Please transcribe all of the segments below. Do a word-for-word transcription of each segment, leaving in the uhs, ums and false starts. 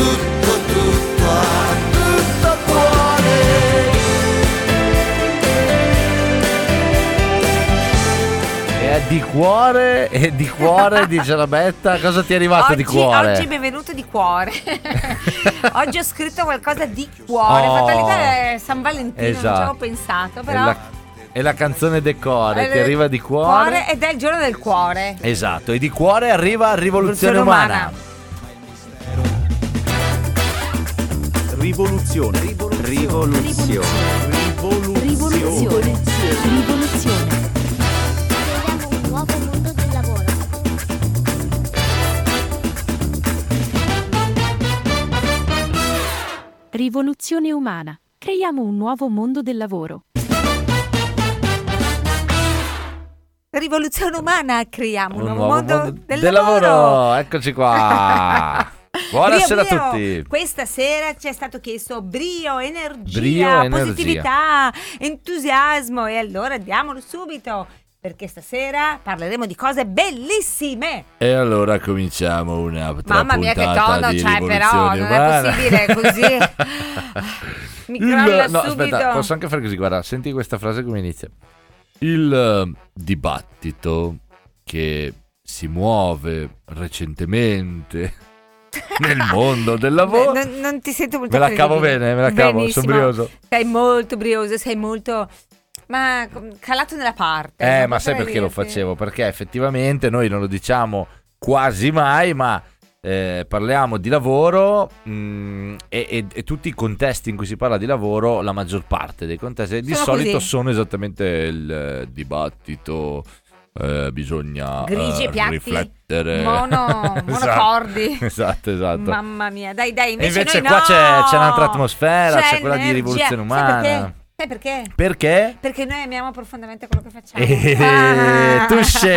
tutto, tutto a tutto cuore. E di cuore, e di cuore, dice la Betta, cosa ti è arrivato oggi, di cuore? Oggi mi è venuto di cuore. Oggi ho scritto qualcosa di cuore. Oh. Fatalità è San Valentino, Esatto. non ci avevo pensato, però È la, è la canzone de cuore, Eh, ti arriva di cuore. ed è il giorno del cuore. Esatto, e di cuore arriva Rivoluzione Umana. Rivoluzione. Rivoluzione. Rivoluzione. Rivoluzione. Creiamo un nuovo mondo del lavoro. Rivoluzione umana. Creiamo un nuovo mondo del lavoro. Rivoluzione umana, creiamo un, Un nuovo, nuovo mondo, mondo del, del lavoro. lavoro. Eccoci qua. Buonasera Brio, a brio. tutti. Questa sera ci è stato chiesto brio, energia, Brio, energia. positività, entusiasmo, e allora diamolo subito, perché stasera parleremo di cose bellissime. E allora cominciamo una Mamma mia, che puntata tono di c'hai, però Rivoluzione non Umana. è possibile così. Mi crolla Il, no, subito. aspetta, posso anche fare così, guarda, senti questa frase come inizia. Il eh, dibattito che si muove recentemente nel mondo del lavoro. Non, non ti sento molto Me la cavo credibile. bene, me la cavo, Benissimo. sono brioso. Sei molto brioso, sei molto, ma calato nella parte. Eh, non ma sai potrei perché lo dirti. facevo? Perché effettivamente noi non lo diciamo quasi mai, ma eh, parliamo di lavoro mh, e, e- e tutti i contesti in cui si parla di lavoro, la maggior parte dei contesti di Sono solito così. sono esattamente il eh, dibattito. Eh, bisogna Grigi e eh, piatti, riflettere. mono- Esatto. monocordi. Esatto, esatto. Mamma mia, dai, dai, E invece, invece noi qua no! c'è, c'è un'altra atmosfera, c'è, C'è quella di energia. rivoluzione umana. Sai perché? Sai perché? Perché? Perché noi amiamo profondamente quello che facciamo. Eh, Ah.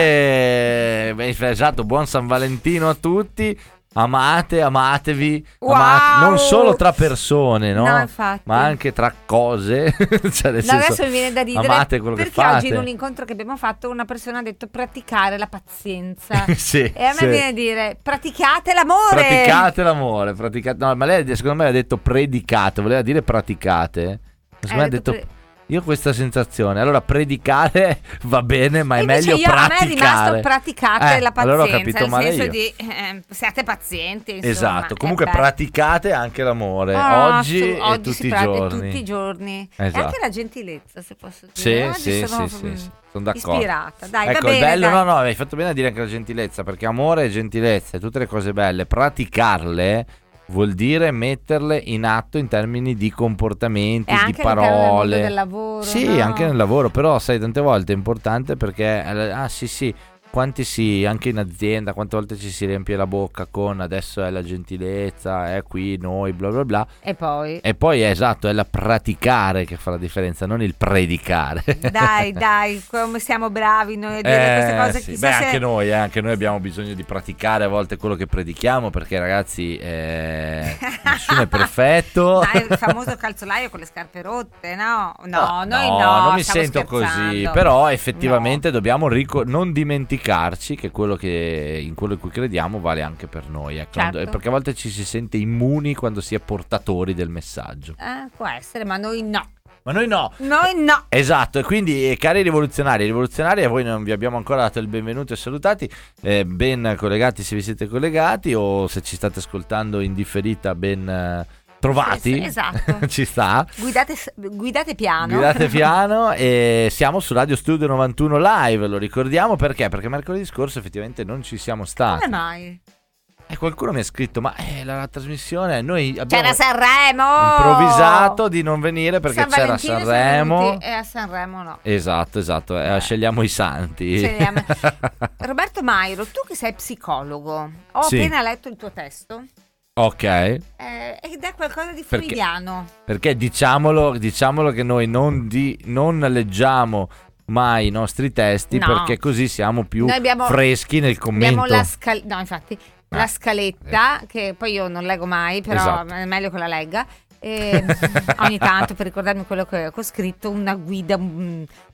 Tusce! Beh, esatto, buon San Valentino a tutti. Amate, amatevi, Wow! amate- non solo tra persone, no? No, infatti. Ma anche tra cose. Cioè, nel No, senso, adesso mi viene da ridere amate quello perché che fate. oggi in un incontro che abbiamo fatto una persona ha detto praticare la pazienza. Sì, E a me sì. viene a dire praticate l'amore. Praticate l'amore, praticate. No, ma lei secondo me ha detto predicate, voleva dire praticate. Secondo me ha detto pre- io ho questa sensazione. Allora predicare va bene, ma è Invece meglio io, a me è praticare. rimasto praticate Eh, la pazienza, allora ho capito nel male senso io. di eh, siate pazienti, insomma. Esatto, comunque Eh, beh. praticate anche l'amore Ah, oggi, su- e oggi tutti si i pratica giorni. tutti i giorni. E Esatto. anche la gentilezza, se posso Sì, dire. Oggi sì, sono sì, mm, sì, sì, sono d'accordo. ispirata. Dai, Ecco, va bene, il bello, dai. no, no, hai fatto bene a dire anche la gentilezza, perché amore e gentilezza e tutte le cose belle, praticarle vuol dire metterle in atto in termini di comportamenti, E di anche all'interno del mondo parole. del lavoro, Sì, no? anche nel lavoro, però sai, tante volte è importante perché, eh, ah sì sì, quanti sì, anche in azienda, quante volte ci si riempie la bocca con adesso è la gentilezza, è qui noi, bla bla bla. E poi E poi è esatto, è la praticare che fa la differenza, non il predicare. dai, dai, come siamo bravi noi a dire queste cose. Eh, sì. Chissà Beh, se- anche noi, eh, anche noi abbiamo bisogno di praticare a volte quello che predichiamo, perché ragazzi, eh, nessuno è perfetto. Dai, il famoso calzolaio con le scarpe rotte, no? No, noi no, no, non mi stiamo sento così, scherzando. però effettivamente dobbiamo rico- non dimenticarci che quello che in quello in cui crediamo vale anche per noi, ecco. Certo. Perché a volte ci si sente immuni quando si è portatori del messaggio. Eh, può essere, ma noi no. Ma noi no. Noi no. Esatto, e quindi eh, cari rivoluzionari, rivoluzionari, a voi non vi abbiamo ancora dato il benvenuto e salutati, eh, ben collegati se vi siete collegati, o se ci state ascoltando in differita ben eh, trovati. Sì, sì, esatto. Ci sta. Guidate, guidate piano. Guidate piano, e siamo su Radio Studio novantuno Live, lo ricordiamo perché? Perché mercoledì scorso effettivamente non ci siamo stati. Come mai? E qualcuno mi ha scritto, ma eh, la, la trasmissione, noi abbiamo C'era Sanremo! improvvisato di non venire perché San c'era Valentino siamo Sanremo. venuti, e a Sanremo no. Esatto, esatto, eh, scegliamo i santi. Scegliamo. Roberto Mairo, tu che sei psicologo, ho Sì. appena letto il tuo testo Ok, eh, ed è qualcosa di Perché? freudiano. perché diciamolo, diciamolo che noi non, di, non leggiamo mai i nostri testi, No. perché così siamo più Noi abbiamo- freschi nel commento. Abbiamo la scaletta, no infatti, la Ah, scaletta, che poi io non leggo mai, però Esatto. è meglio che la legga. E ogni tanto per ricordarmi quello che ho scritto, una guida, un,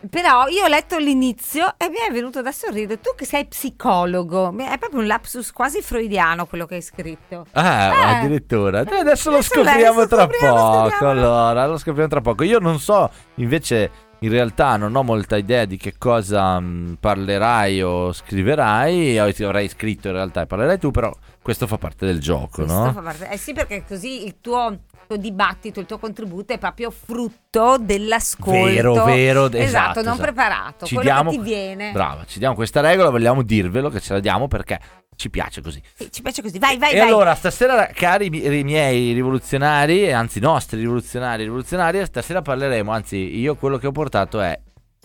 Però io ho letto l'inizio e mi è venuto da sorridere. Tu che sei psicologo, è proprio un lapsus quasi freudiano quello che hai scritto. Ah, Eh. addirittura. Eh, Adesso lo Adesso dai, scopriamo adesso tra scopriamo, poco. scopriamo. Allora, lo scopriamo tra poco. Io non so, invece, in realtà non ho molta idea di che cosa mh, parlerai o scriverai. O ti avrai scritto in realtà e parlerai tu, però questo fa parte del gioco, Questo no? fa parte- Eh sì, perché così il tuo, il tuo dibattito, il tuo contributo è proprio frutto dell'ascolto. Vero, vero, Esatto, esatto, non esatto. preparato, Ci quello diamo- che ti viene. Brava, ci diamo questa regola, vogliamo dirvelo che ce la diamo perché ci piace così. Sì, ci piace così, vai, vai, E vai. allora, stasera, cari mi- i miei rivoluzionari, anzi nostri rivoluzionari rivoluzionari, stasera parleremo, anzi io quello che ho portato è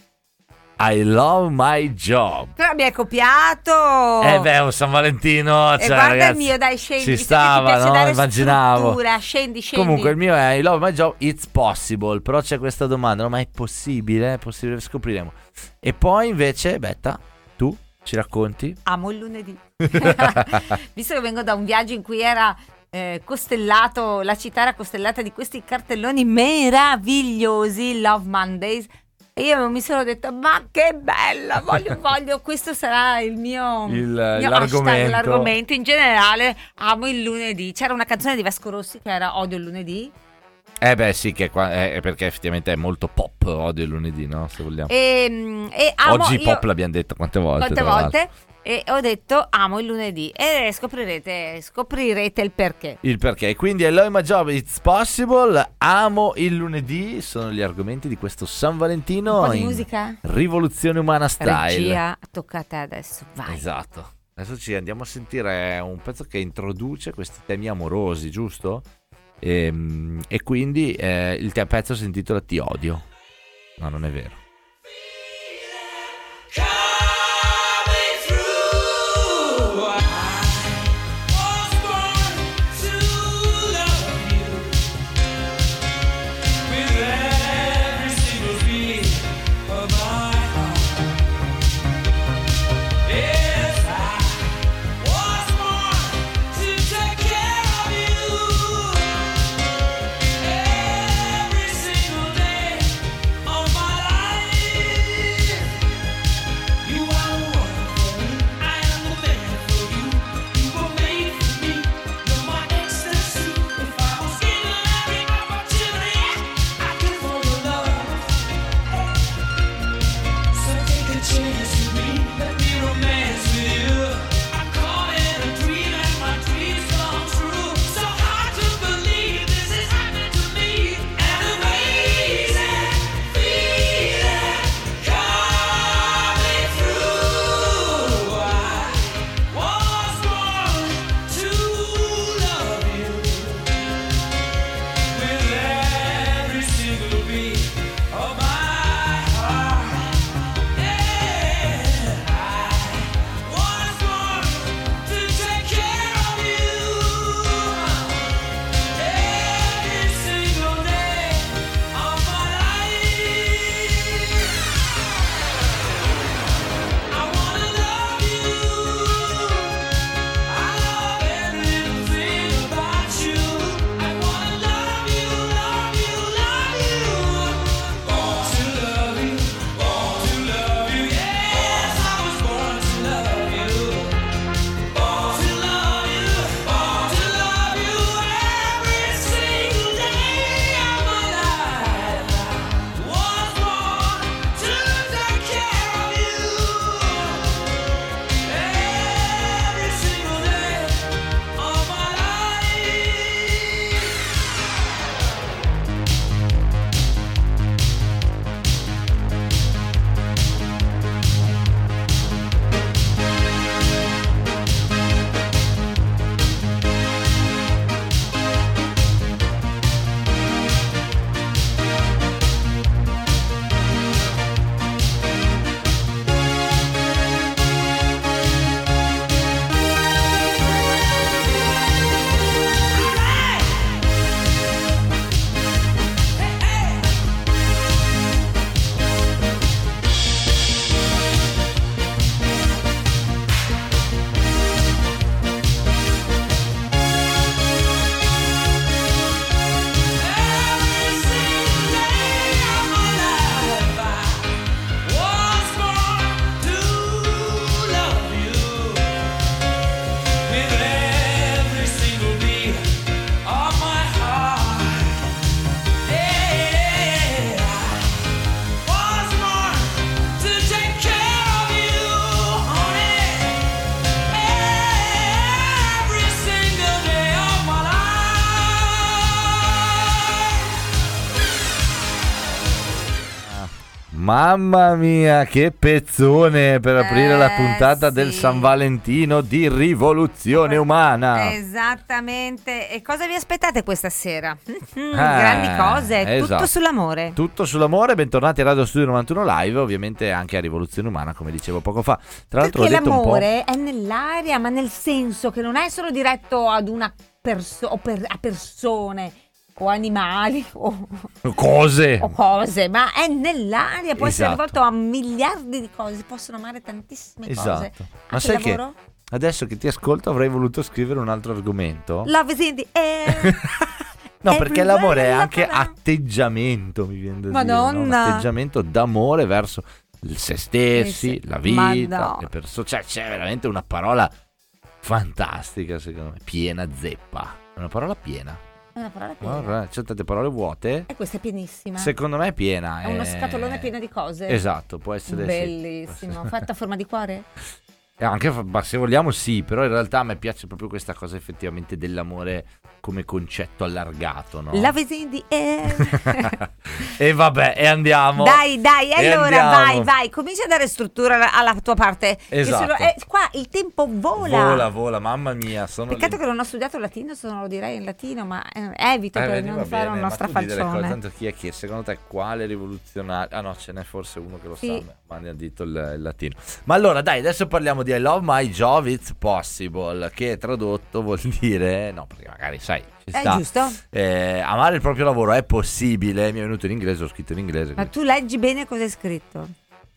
I love my job. Però mi hai copiato. Eh beh, un San Valentino, E cioè, guarda ragazzi, il mio, dai, scendi. ci visto che ti stava, piace no? dare Immaginavo. struttura, scendi, scendi. Comunque il mio è I love my job, it's possible. Però c'è questa domanda, no? Ma è possibile? È possibile? Scopriremo. E poi invece, Betta, tu ci racconti? Amo il lunedì. Visto che vengo da un viaggio in cui era eh, costellato, la città era costellata di questi cartelloni meravigliosi, Love Mondays, e io mi sono detta, ma che bella, voglio, voglio, questo sarà il mio, Il- mio l'argomento. hashtag, l'argomento. In generale, amo il lunedì. C'era una canzone di Vasco Rossi che era Odio il lunedì. Eh beh sì, che qua, è perché effettivamente è molto pop, odio il lunedì, no? Se vogliamo. E, e amo Oggi io- pop l'abbiamo detto quante volte. quante tra l'altro. volte. E ho detto amo il lunedì e scoprirete, scoprirete il perché. Il perché. Quindi I love my job, it's possible, amo il lunedì, sono gli argomenti di questo San Valentino. Un po' di in musica? Rivoluzione umana style. Regia, tocca a te adesso, vai. Esatto. Adesso ci andiamo a sentire un pezzo che introduce questi temi amorosi, giusto? E, e quindi eh, il te- pezzo si intitola Ti odio. No, non è vero. You are the one for me. I am the man for you. Mamma mia, che pezzone per aprire Eh, la puntata del sì. San Valentino di Rivoluzione Umana. Esattamente. E cosa vi aspettate questa sera? Mm, Ah, grandi cose, tutto esatto. sull'amore. Tutto sull'amore, bentornati a Radio Studio novantuno Live, ovviamente anche a Rivoluzione Umana, come dicevo poco fa. Tra l'altro Perché ho detto un po'... l'amore è nell'aria, ma nel senso che non è solo diretto ad una persona o per- a persone o animali o, Cose! o cose, ma è nell'aria, può essere Esatto. rivolto a miliardi di cose, si possono amare tantissime cose. Esatto. Ma Anche sai il che lavoro? adesso che ti ascolto avrei voluto scrivere un altro argomento. Love is in the air. No, perché Everywhere l'amore è I anche look around. atteggiamento, mi viene da dire, Madonna. no? Un atteggiamento d'amore verso il se stessi, Eh sì. la Ma vita, no. le persone. Cioè, c'è veramente una parola fantastica, secondo me, piena zeppa. È una parola piena. È una parola piena. Guarda, c'è tante parole vuote. E questa è pienissima. Secondo me è piena. È uno eh. scatolone pieno di cose. Esatto, può essere sì. Bellissimo. Fatta a forma di cuore? E anche fa- ma se vogliamo sì, però in realtà a me piace proprio questa cosa effettivamente dell'amore come concetto allargato, no? Love is in the air. E vabbè, e andiamo. Dai, dai, E allora andiamo. vai, vai, comincia a dare struttura alla, alla tua parte. Che Esatto. se no- eh, qua il tempo vola. Vola, vola, mamma mia, sono Peccato lì. che non ho studiato latino, se no lo direi in latino, ma eh, evito Eh, per vedi, non va fare bene, una ma tu di delle cose, strafalcione. tanto chi è che secondo te quale rivoluzionario? Ah no, ce n'è forse uno che lo Sì. sa, ma ne ha detto il, il latino. Ma allora dai, adesso parliamo di I love my job, it's possible, che tradotto vuol dire, no, perché magari sai, ci È sta. giusto? Eh, amare il proprio lavoro è possibile, mi è venuto in inglese, ho scritto in inglese. Ma quindi- tu leggi bene cosa è scritto.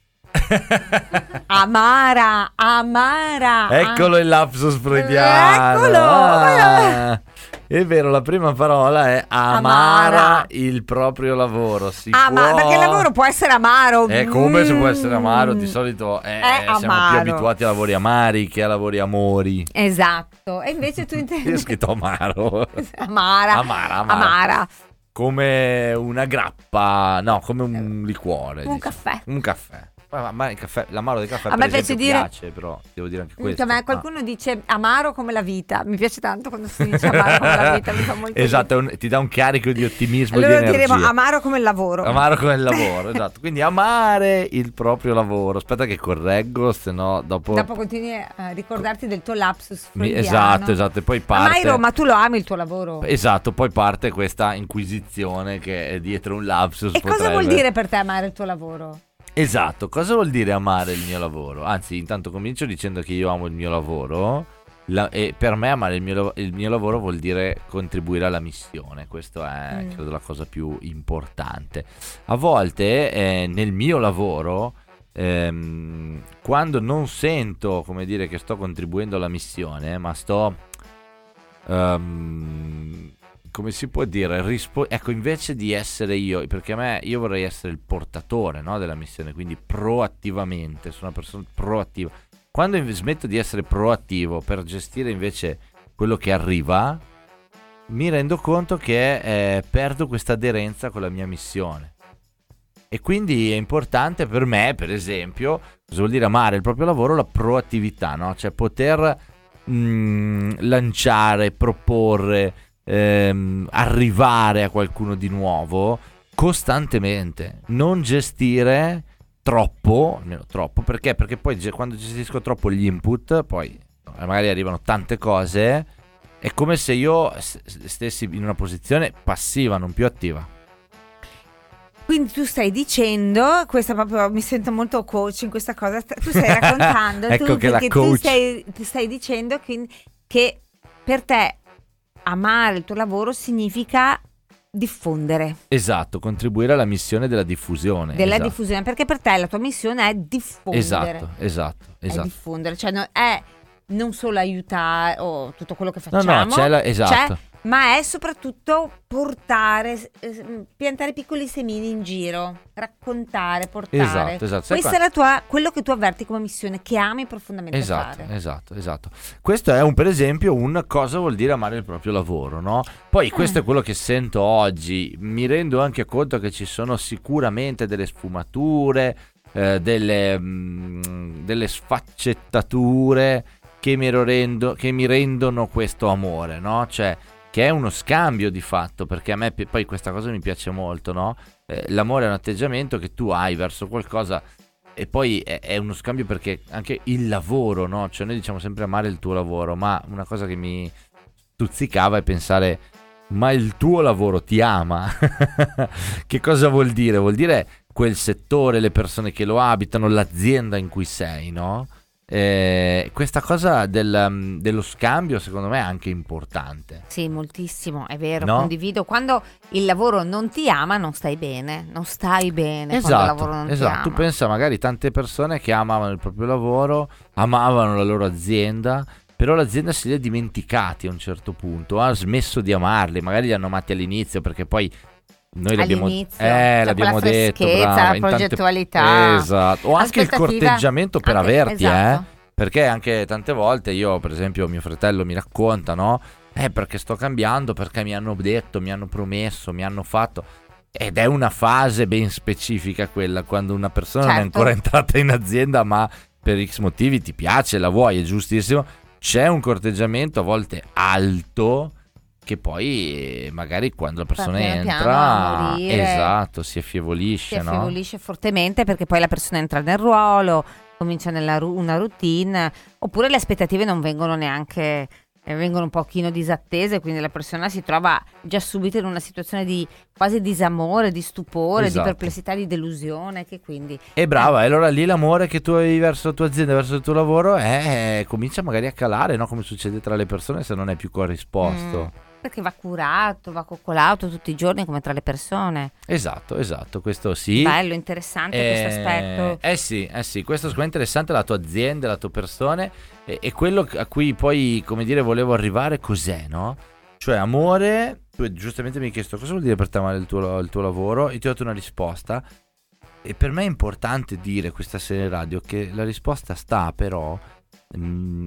Amara, amara. Eccolo il lapsus freudiano. Eccolo. Ah, è vero, la prima parola è amara, Amara. il proprio lavoro. Si Ah, ma può- perché il lavoro può essere amaro. È come se può essere amaro, Mm. di solito eh, È siamo più amaro. abituati a lavori amari che a lavori amori. Esatto. E invece tu Io ho intendi scritto amaro. amara. Amara, amara. Amara. Come una grappa, no, come un liquore. Un diciamo. caffè. Un caffè. Ma, ma- ma il caffè, l'amaro del caffè A per me esempio piace dire- piace, però devo dire anche questo. A me qualcuno dice amaro come la vita. Mi piace tanto quando si dice amaro come la vita, mi fa molto Esatto, è un- ti dà un carico di ottimismo ridere. e Allora di energia. diremo amaro come il lavoro. Amaro come il lavoro, esatto. Quindi amare il proprio lavoro. Aspetta che correggo, se no dopo... Dopo continui a ricordarti del tuo lapsus Mi- freudiano. esatto, esatto. E poi parte... Amairo, ma tu lo ami il tuo lavoro? Esatto, poi parte questa inquisizione che è dietro un lapsus. E cosa potrebbe- vuol dire per te amare il tuo lavoro? Esatto, cosa vuol dire amare il mio lavoro? Anzi, intanto comincio dicendo che io amo il mio lavoro la- e per me amare il mio, lav- il mio lavoro vuol dire contribuire alla missione. Questo è, Mm. credo, la cosa più importante. A volte eh, nel mio lavoro, ehm, quando non sento, come dire, che sto contribuendo alla missione, ma sto... ehm, come si può dire, rispo- ecco, invece di essere io, perché a me, io vorrei essere il portatore, no, della missione, quindi proattivamente, sono una persona proattiva. Quando inve- smetto di essere proattivo per gestire invece quello che arriva, mi rendo conto che eh, perdo questa aderenza con la mia missione. E quindi è importante per me, per esempio, cosa vuol dire amare il proprio lavoro? La proattività, no? Cioè poter mh, lanciare, proporre, ehm, arrivare a qualcuno di nuovo costantemente, non gestire troppo, almeno troppo, perché? Perché poi ge- quando gestisco troppo gli input, poi magari arrivano tante cose, è come se io s- stessi in una posizione passiva, non più attiva. Quindi tu stai dicendo, questa proprio mi sento molto coach in questa cosa, st- tu stai raccontando Ecco tu, che la perché tu coach. stai, ti stai dicendo che, che per te amare il tuo lavoro significa diffondere, Esatto, contribuire alla missione della diffusione. della esatto. diffusione, perché per te la tua missione è diffondere. Esatto, esatto, È esatto. diffondere, cioè no- è non solo aiutare o tutto quello che No, facciamo, no, c'è la- esatto. c'è- ma è soprattutto portare, eh, piantare piccoli semini in giro, raccontare, portare. Esatto, esatto. Sai Questa qua- è la tua, quello che tu avverti come missione, che ami profondamente Esatto, fare. esatto, esatto. Questo è un, per esempio, un cosa vuol dire amare il proprio lavoro, no? Poi questo è quello che sento oggi. Mi rendo anche conto che ci sono sicuramente delle sfumature, eh, delle, mm, delle sfaccettature che mi, rendo, che mi rendono questo amore, no? Cioè, che è uno scambio di fatto, perché a me pi- poi questa cosa mi piace molto, no? Eh, l'amore è un atteggiamento che tu hai verso qualcosa e poi è, è uno scambio, perché anche il lavoro, no? Cioè noi diciamo sempre amare il tuo lavoro, ma una cosa che mi stuzzicava è pensare: ma il tuo lavoro ti ama? Che cosa vuol dire? Vuol dire quel settore, le persone che lo abitano, l'azienda in cui sei, no? Eh, questa cosa del, um, dello scambio secondo me è anche importante. Sì, moltissimo, è vero, No? condivido. Quando il lavoro non ti ama, non stai bene, non stai bene quando il Esatto, lavoro non ti esatto. Tu ama. pensa magari tante persone che amavano il proprio lavoro, amavano la loro azienda, però l'azienda se li ha dimenticati a un certo punto, ha smesso di amarli, magari li hanno amati all'inizio perché poi noi l'abbiamo, All'inizio, eh, cioè l'abbiamo quella detto, freschezza, brava, la in tante- progettualità, esatto. O anche il aspettativa, corteggiamento per anche- averti, esatto. eh. Perché anche tante volte io, per esempio, mio fratello mi racconta, no? Eh, perché sto cambiando, perché mi hanno detto, mi hanno promesso, mi hanno fatto. Ed è una fase ben specifica quella, quando una persona non è Certo. ancora entrata in azienda, ma per X motivi ti piace, la vuoi, è giustissimo. C'è un corteggiamento a volte alto, che poi eh, magari quando la persona piano piano entra, a morire. esatto, si affievolisce, Si no? affievolisce fortemente, perché poi la persona entra nel ruolo, comincia nella ru- una routine, oppure le aspettative non vengono neanche, eh, vengono un pochino disattese, quindi la persona si trova già subito in una situazione di quasi disamore, di stupore, Esatto. di perplessità, di delusione, che quindi E brava, e allora lì l'amore che tu hai verso la tua azienda, verso il tuo lavoro, è, comincia magari a calare, no? Come succede tra le persone se non è più corrisposto. Mm, perché va curato, va coccolato tutti i giorni come tra le persone. Esatto, esatto, questo sì. Bello, interessante questo aspetto. Eh sì, eh sì, questo secondo me è interessante, la tua azienda, la tua persona, e, e quello a cui poi, come dire, volevo arrivare cos'è, no? Cioè amore, tu giustamente mi hai chiesto cosa vuol dire per te amare il tuo, il tuo lavoro, e ti ho dato una risposta, e per me è importante dire questa sera in radio che la risposta sta però, mh,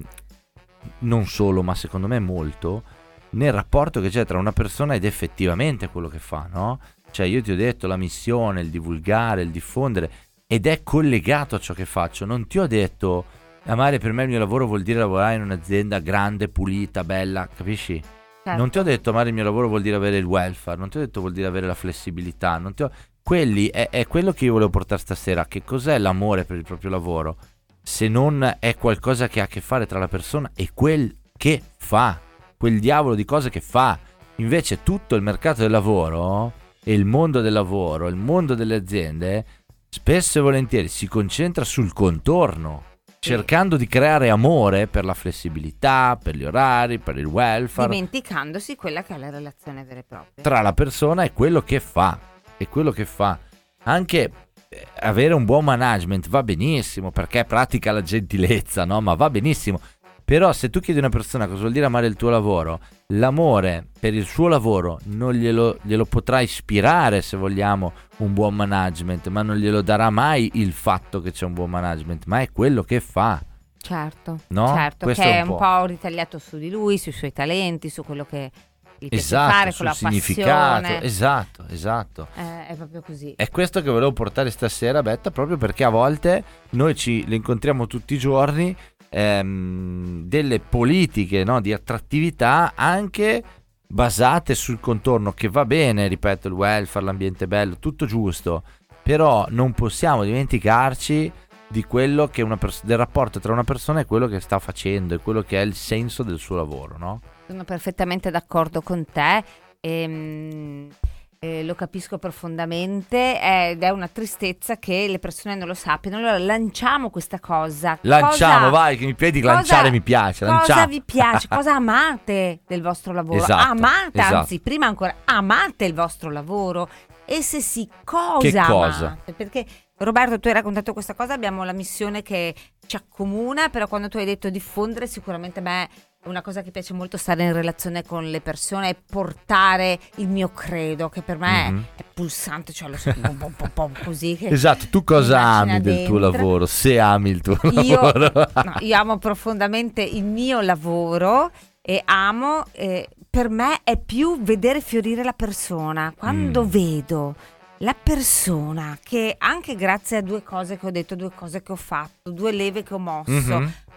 non solo, ma secondo me molto, nel rapporto che c'è tra una persona ed effettivamente quello che fa, no? Cioè io ti ho detto la missione, il divulgare, il diffondere, ed è collegato a ciò che faccio. Non ti ho detto amare per me il mio lavoro vuol dire lavorare in un'azienda grande, pulita, bella, capisci? Certo. Non ti ho detto amare il mio lavoro vuol dire avere il welfare, non ti ho detto vuol dire avere la flessibilità, non ti ho... Quelli è, è quello che io volevo portare stasera. Che cos'è l'amore per il proprio lavoro? Se non è qualcosa che ha a che fare tra la persona e quel che fa, quel diavolo di cose che fa. Invece tutto il mercato del lavoro e il mondo del lavoro, il mondo delle aziende, spesso e volentieri si concentra sul contorno, cercando di creare amore per la flessibilità, per gli orari, per il welfare, Dimenticandosi quella che è la relazione vera e propria. tra la persona e quello che fa. E quello che fa. Anche eh, avere un buon management va benissimo, perché pratica la gentilezza, no? Ma va benissimo. Però se tu chiedi a una persona cosa vuol dire amare il tuo lavoro, l'amore per il suo lavoro non glielo, glielo potrà ispirare, se vogliamo, un buon management, ma non glielo darà mai il fatto che c'è un buon management, ma è quello che fa. Certo, No? certo, Questo che è è un un po'. po' ritagliato su di lui, sui suoi talenti, su quello che gli piace Esatto, fare, con sul la significato. passione. Esatto, esatto. Eh, è proprio così. È questo che volevo portare stasera, Betta, proprio perché a volte noi ci le incontriamo tutti i giorni, ehm, delle politiche, no, di attrattività anche basate sul contorno, che va bene, ripeto, il welfare, l'ambiente bello, tutto giusto, però non possiamo dimenticarci di quello che una pers- del rapporto tra una persona e quello che sta facendo e quello che è il senso del suo lavoro, no? Sono perfettamente d'accordo con te. ehm, eh, lo capisco profondamente ed è una tristezza che le persone non lo sappiano. Allora lanciamo questa cosa. Lanciamo, Cosa- vai, che mi vedi cosa- lanciare mi piace, Cosa lanciamo. vi piace? Cosa amate del vostro lavoro? Esatto, amate, esatto. anzi, prima ancora, amate il vostro lavoro? E se sì, cosa Che cosa? amate? Perché Roberto, tu hai raccontato questa cosa, abbiamo la missione che ci accomuna, però quando tu hai detto diffondere, sicuramente a me è una cosa che piace molto, stare in relazione con le persone e portare il mio credo, che per me Mhm. è pulsante, cioè lo so, un po', un po', un po' così. Che Esatto, tu cosa mi macina ami del tuo dentro. lavoro? Se ami il tuo Io, lavoro. no, io amo profondamente il mio lavoro e amo, eh, per me è più vedere fiorire la persona. Quando Mm. vedo la persona che anche grazie a due cose che ho detto, due cose che ho fatto, due leve che ho mosso, Mhm.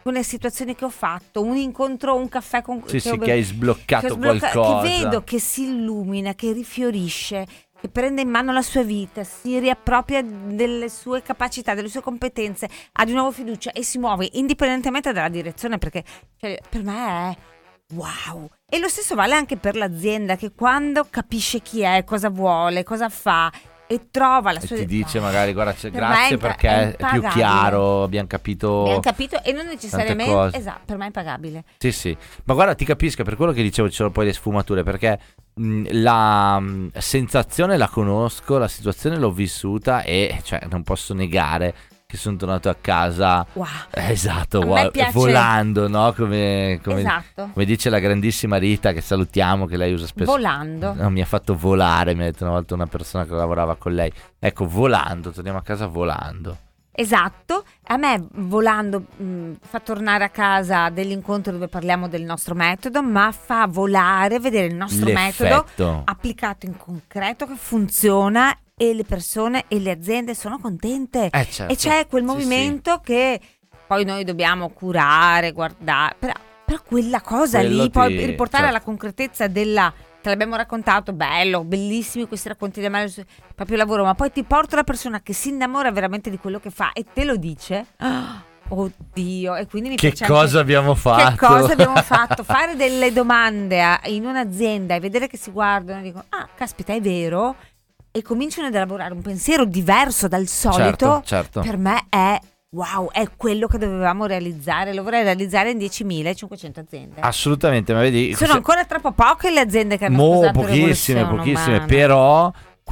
alcune situazioni che ho fatto, un incontro, un caffè con Sì, sì, ho che hai bevuto, sbloccato che ho sblocca- qualcosa. che vedo che si illumina, che rifiorisce, che prende in mano la sua vita, si riappropria delle sue capacità, delle sue competenze, ha di nuovo fiducia e si muove indipendentemente dalla direzione, perché cioè, per me è wow. E lo stesso vale anche per l'azienda, che quando capisce chi è, cosa vuole, cosa fa e trova la E sua... ti dice magari guarda c'è, Per me è grazie impa- perché è è, più impagabile. chiaro, abbiamo capito. Abbiamo capito e non necessariamente cose. esatto, per me è impagabile. Sì, sì, ma guarda, ti capisco, per quello che dicevo ci sono poi le sfumature, perché mh, la mh, sensazione la conosco, la situazione l'ho vissuta e cioè non posso negare che sono tornato a casa, Wow. eh, esatto, A me wow, piace- volando, no? Come, come, Esatto. come dice la grandissima Rita, che salutiamo, che lei usa spesso. Volando. No, mi ha fatto volare, mi ha detto una volta una persona che lavorava con lei. Ecco, volando, torniamo a casa volando. Esatto, a me volando mh, fa tornare a casa dell'incontro dove parliamo del nostro metodo, ma fa volare, vedere il nostro metodo L'effetto. applicato in concreto che funziona e le persone e le aziende sono contente. Eh, certo. E c'è quel Sì, movimento che poi noi dobbiamo curare, guardare, però, però quella cosa Quello lì, poi ti- riportare certo. alla concretezza della... Te l'abbiamo raccontato, bello, bellissimi questi racconti del mare sul proprio lavoro, ma poi ti porta la persona che si innamora veramente di quello che fa e te lo dice. Ah, oddio, e quindi mi Che piace cosa anche- abbiamo fatto? Che cosa abbiamo fatto? Fare delle domande a- in un'azienda e vedere che si guardano e dicono, ah, caspita, è vero, e cominciano ad elaborare un pensiero diverso dal solito, Certo, certo. per me è wow, è quello che dovevamo realizzare, lo vorrei realizzare in diecimilacinquecento aziende. Assolutamente, ma vedi, Sono se- ancora troppo poche le aziende che hanno Mo, sposato pochissime, rivoluzione pochissime, umana. però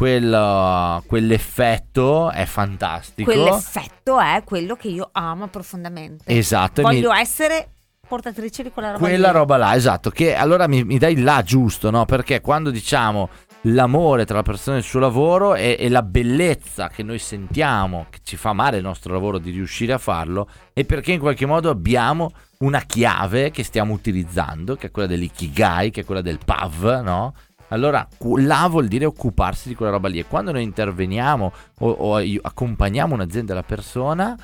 quel, quell'effetto è fantastico. Quell'effetto è quello che io amo profondamente. Esatto, e mi- Voglio essere portatrice di quella roba quella lì. roba là, esatto, che allora mi, mi dai là giusto, no? Perché quando diciamo l'amore tra la persona e il suo lavoro e, e la bellezza che noi sentiamo, che ci fa amare il nostro lavoro di riuscire a farlo, è perché in qualche modo abbiamo una chiave che stiamo utilizzando, che è quella dell'ikigai, che è quella del P A V, no? Allora cu- là vuol dire occuparsi di quella roba lì, e quando noi interveniamo o, o ai- accompagniamo un'azienda e la persona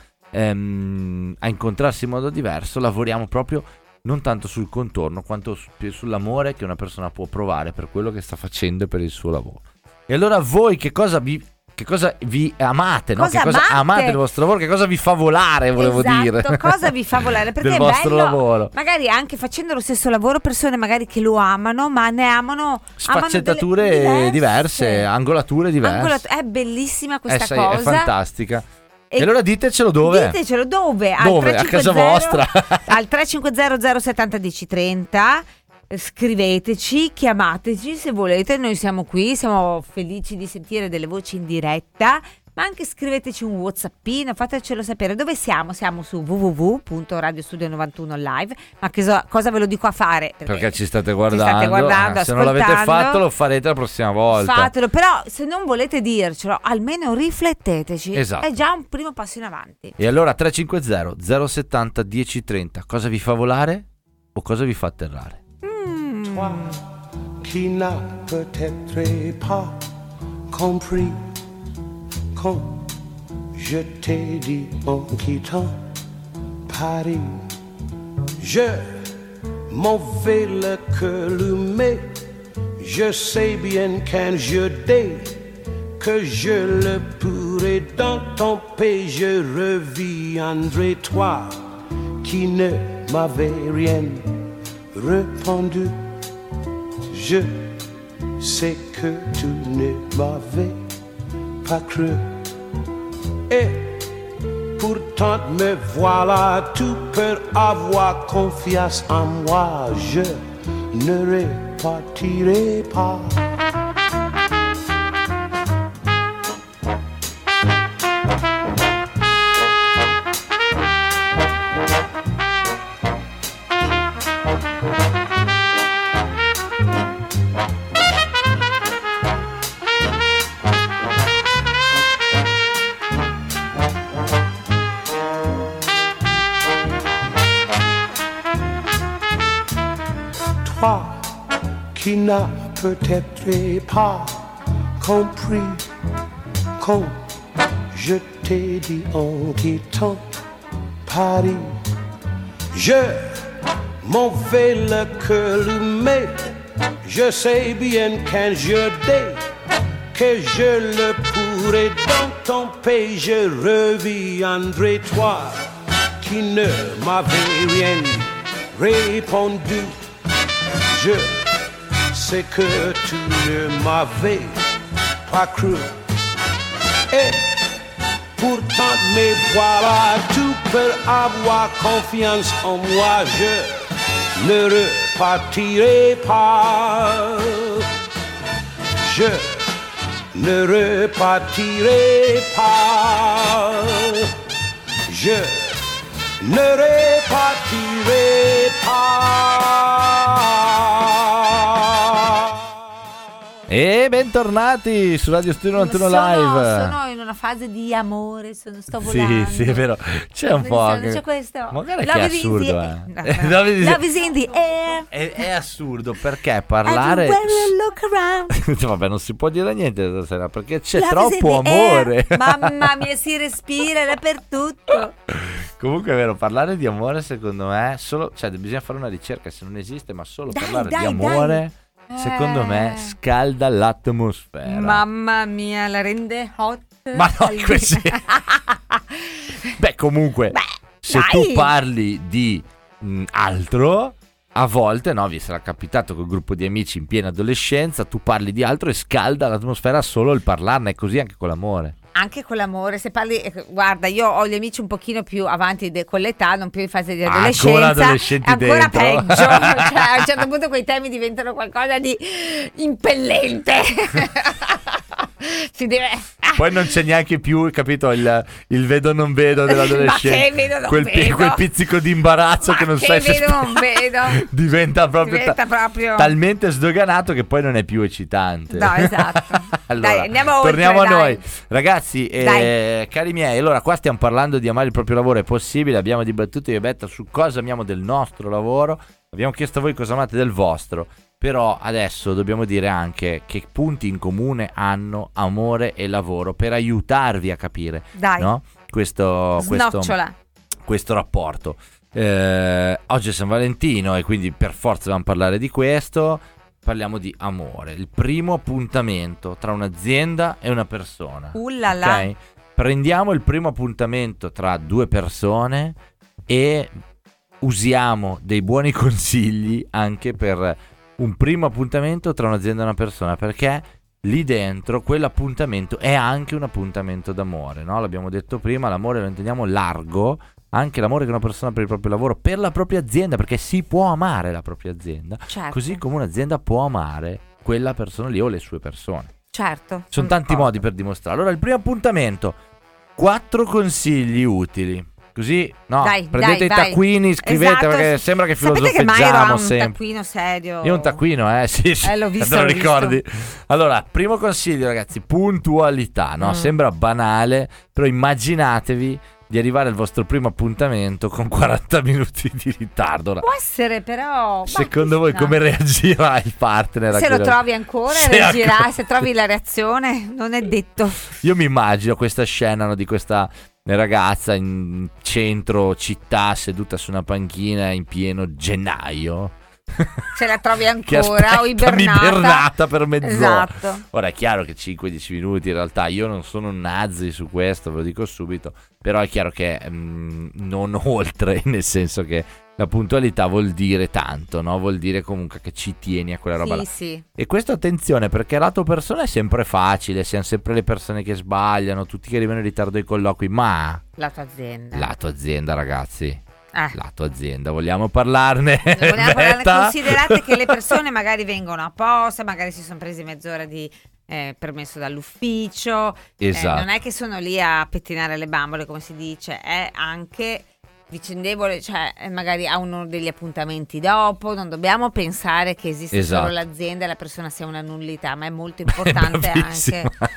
ehm, a incontrarsi in modo diverso, lavoriamo proprio non tanto sul contorno quanto su- più sull'amore che una persona può provare per quello che sta facendo e per il suo lavoro. E allora voi che cosa vi, che cosa vi amate, no? Cosa Che cosa amate? amate del vostro lavoro, che cosa vi fa volare, volevo Esatto, dire. cosa vi fa volare? Perché del è vostro bello, lavoro. magari anche facendo lo stesso lavoro, persone magari che lo amano, ma ne amano Sfaccettature amano delle diverse, angolature diverse. Angolat- è bellissima questa Eh, sai, cosa. è fantastica. E, E- allora ditecelo dove? Ditecelo dove? Dove? Al A casa 350 vostra? Al tre cinque zero zero settanta dieci trenta. Scriveteci, chiamateci se volete, noi siamo qui, siamo felici di sentire delle voci in diretta, ma anche scriveteci un whatsappino, fatecelo sapere dove siamo. Siamo su w w w punto radio studio novantuno live. Ma che so- cosa ve lo dico a fare? Perché ci state guardando, state guardando, eh, se non l'avete ascoltando. fatto lo farete la prossima volta. Fatelo, però se non volete dircelo, almeno rifletteteci. Esatto. È già un primo passo in avanti. E allora tre cinque zero zero settanta dieci trenta, cosa vi fa volare o cosa vi fa atterrare? Toi qui n'as peut-être pas compris quand je t'ai dit en quittant Paris, je m'en vais le cœur allumé, je sais bien qu'un jour dès que je le pourrai dans ton pays, je reviendrai, toi qui ne m'avais rien répondu. Je sais que tu ne m'avais pas cru. Et pourtant me voilà, tu peux avoir confiance en moi. Je ne repartirai pas. Toi qui n'as peut-être pas compris quand je t'ai dit en quittant Paris, Je m'en vais le cœur allumé. Je sais bien qu'un jour dès que je le pourrai dans ton pays, je reviendrai. Toi qui ne m'avais rien répondu, je sais que tu ne m'avais pas cru. Et pourtant me voilà, tu peux avoir confiance en moi, je ne repartirai pas. Je ne repartirai pas. Je ne repartirai pas. E bentornati su Radio Studio novantuno sono, Live. Sono in una fase di amore, sono, sto Sì, volando. sì, è vero. C'è un po'. C'è, c'è questo. Ma guarda Love che è is in assurdo, the- eh. no, no. Love is- Love is in the air. È, è assurdo perché parlare. Everywhere you look around. Vabbè, non si può dire niente stasera perché c'è Love is in troppo the amore. air. Mamma mia, si respira dappertutto. Comunque è vero, parlare di amore secondo me solo, cioè bisogna fare una ricerca se non esiste, ma solo Dai, parlare dai, di amore dai. secondo me Eh. scalda l'atmosfera. Mamma mia, la rende hot. Ma no, Al- così. Beh, comunque, Beh, se dai. tu parli di mh, altro, a volte, no, vi sarà capitato col gruppo di amici in piena adolescenza, tu parli di altro e scalda l'atmosfera solo il parlarne, è così anche con l'amore. Anche con l'amore, se parli, eh, guarda, io ho gli amici un pochino più avanti de- con l'età, non più in fase di Ancora adolescenza, adolescenti ancora dentro. peggio, cioè, a un certo punto quei temi diventano qualcosa di impellente. Si deve Poi non c'è neanche più, capito, il, il vedo non vedo dell'adolescenza. Ma che vedo non quel, pi- vedo? quel pizzico di imbarazzo Ma che non che sai se vedo non vedo. diventa proprio, Diventa ta- proprio- talmente sdoganato che poi non è più eccitante. No, esatto. Allora, Dai, andiamo oltre, torniamo a dai. noi. Ragazzi, eh, Dai. cari miei, allora qua stiamo parlando di amare il proprio lavoro, è possibile, abbiamo dibattuto io e Betta su cosa amiamo del nostro lavoro, abbiamo chiesto a voi cosa amate del vostro. Però adesso dobbiamo dire anche che punti in comune hanno amore e lavoro per aiutarvi a capire, Dai. no? questo, questo, Snocciola. questo rapporto. Eh, oggi è San Valentino e quindi per forza dobbiamo parlare di questo. Parliamo di amore, il primo appuntamento tra un'azienda e una persona. Uh là là. Ok? Prendiamo il primo appuntamento tra due persone e usiamo dei buoni consigli anche per un primo appuntamento tra un'azienda e una persona, perché lì dentro quell'appuntamento è anche un appuntamento d'amore, no? L'abbiamo detto prima, l'amore lo intendiamo largo, anche l'amore che una persona per il proprio lavoro, per la propria azienda, perché si può amare la propria azienda, Certo. così come un'azienda può amare quella persona lì o le sue persone. Certo. Sono tanti modi per dimostrarlo. Allora, il primo appuntamento, quattro consigli utili. Così, no, Dai, prendete dai, i vai. taccuini, scrivete, Esatto. perché sembra che Sapete che Mairo ha filosofeggiamo un sempre. taccuino serio. Io ho un taccuino, eh, sì, sì, Eh, l'ho visto, te lo l'ho ricordi? Allora, primo consiglio, ragazzi, puntualità, no? Mm. Sembra banale, però immaginatevi di arrivare al vostro primo appuntamento con quaranta minuti di ritardo. Ora, Può essere però. secondo ma- voi no. come reagirà il partner? a Se lo quella- trovi ancora, Se reagirai, ancora- se trovi la reazione, non è detto. Io mi immagino questa scena, no, di questa ragazza in centro città seduta su una panchina in pieno gennaio Se la trovi che ancora o aspetta ibernata. ibernata per mezz'ora. Esatto. Ora è chiaro che cinque dieci minuti, in realtà io non sono un nazi su questo, ve lo dico subito, però è chiaro che mm, non oltre, nel senso che la puntualità vuol dire tanto, no? Vuol dire comunque che ci tieni a quella roba là. Sì, sì. E questo attenzione, perché lato persona è sempre facile, siamo sempre le persone che sbagliano, tutti che arrivano in ritardo ai colloqui, ma La tua azienda. lato azienda, ragazzi, Eh. lato azienda, vogliamo parlarne? Ne vogliamo parlarne? Betta? Considerate che le persone magari vengono apposta, magari si sono presi mezz'ora di eh, permesso dall'ufficio. Eh, Esatto. non è che sono lì a pettinare le bambole, come si dice, è anche vicendevole, cioè eh, magari ha uno degli appuntamenti dopo. Non dobbiamo pensare che esiste Esatto. solo l'azienda e la persona sia una nullità, ma è molto importante Bravissima. anche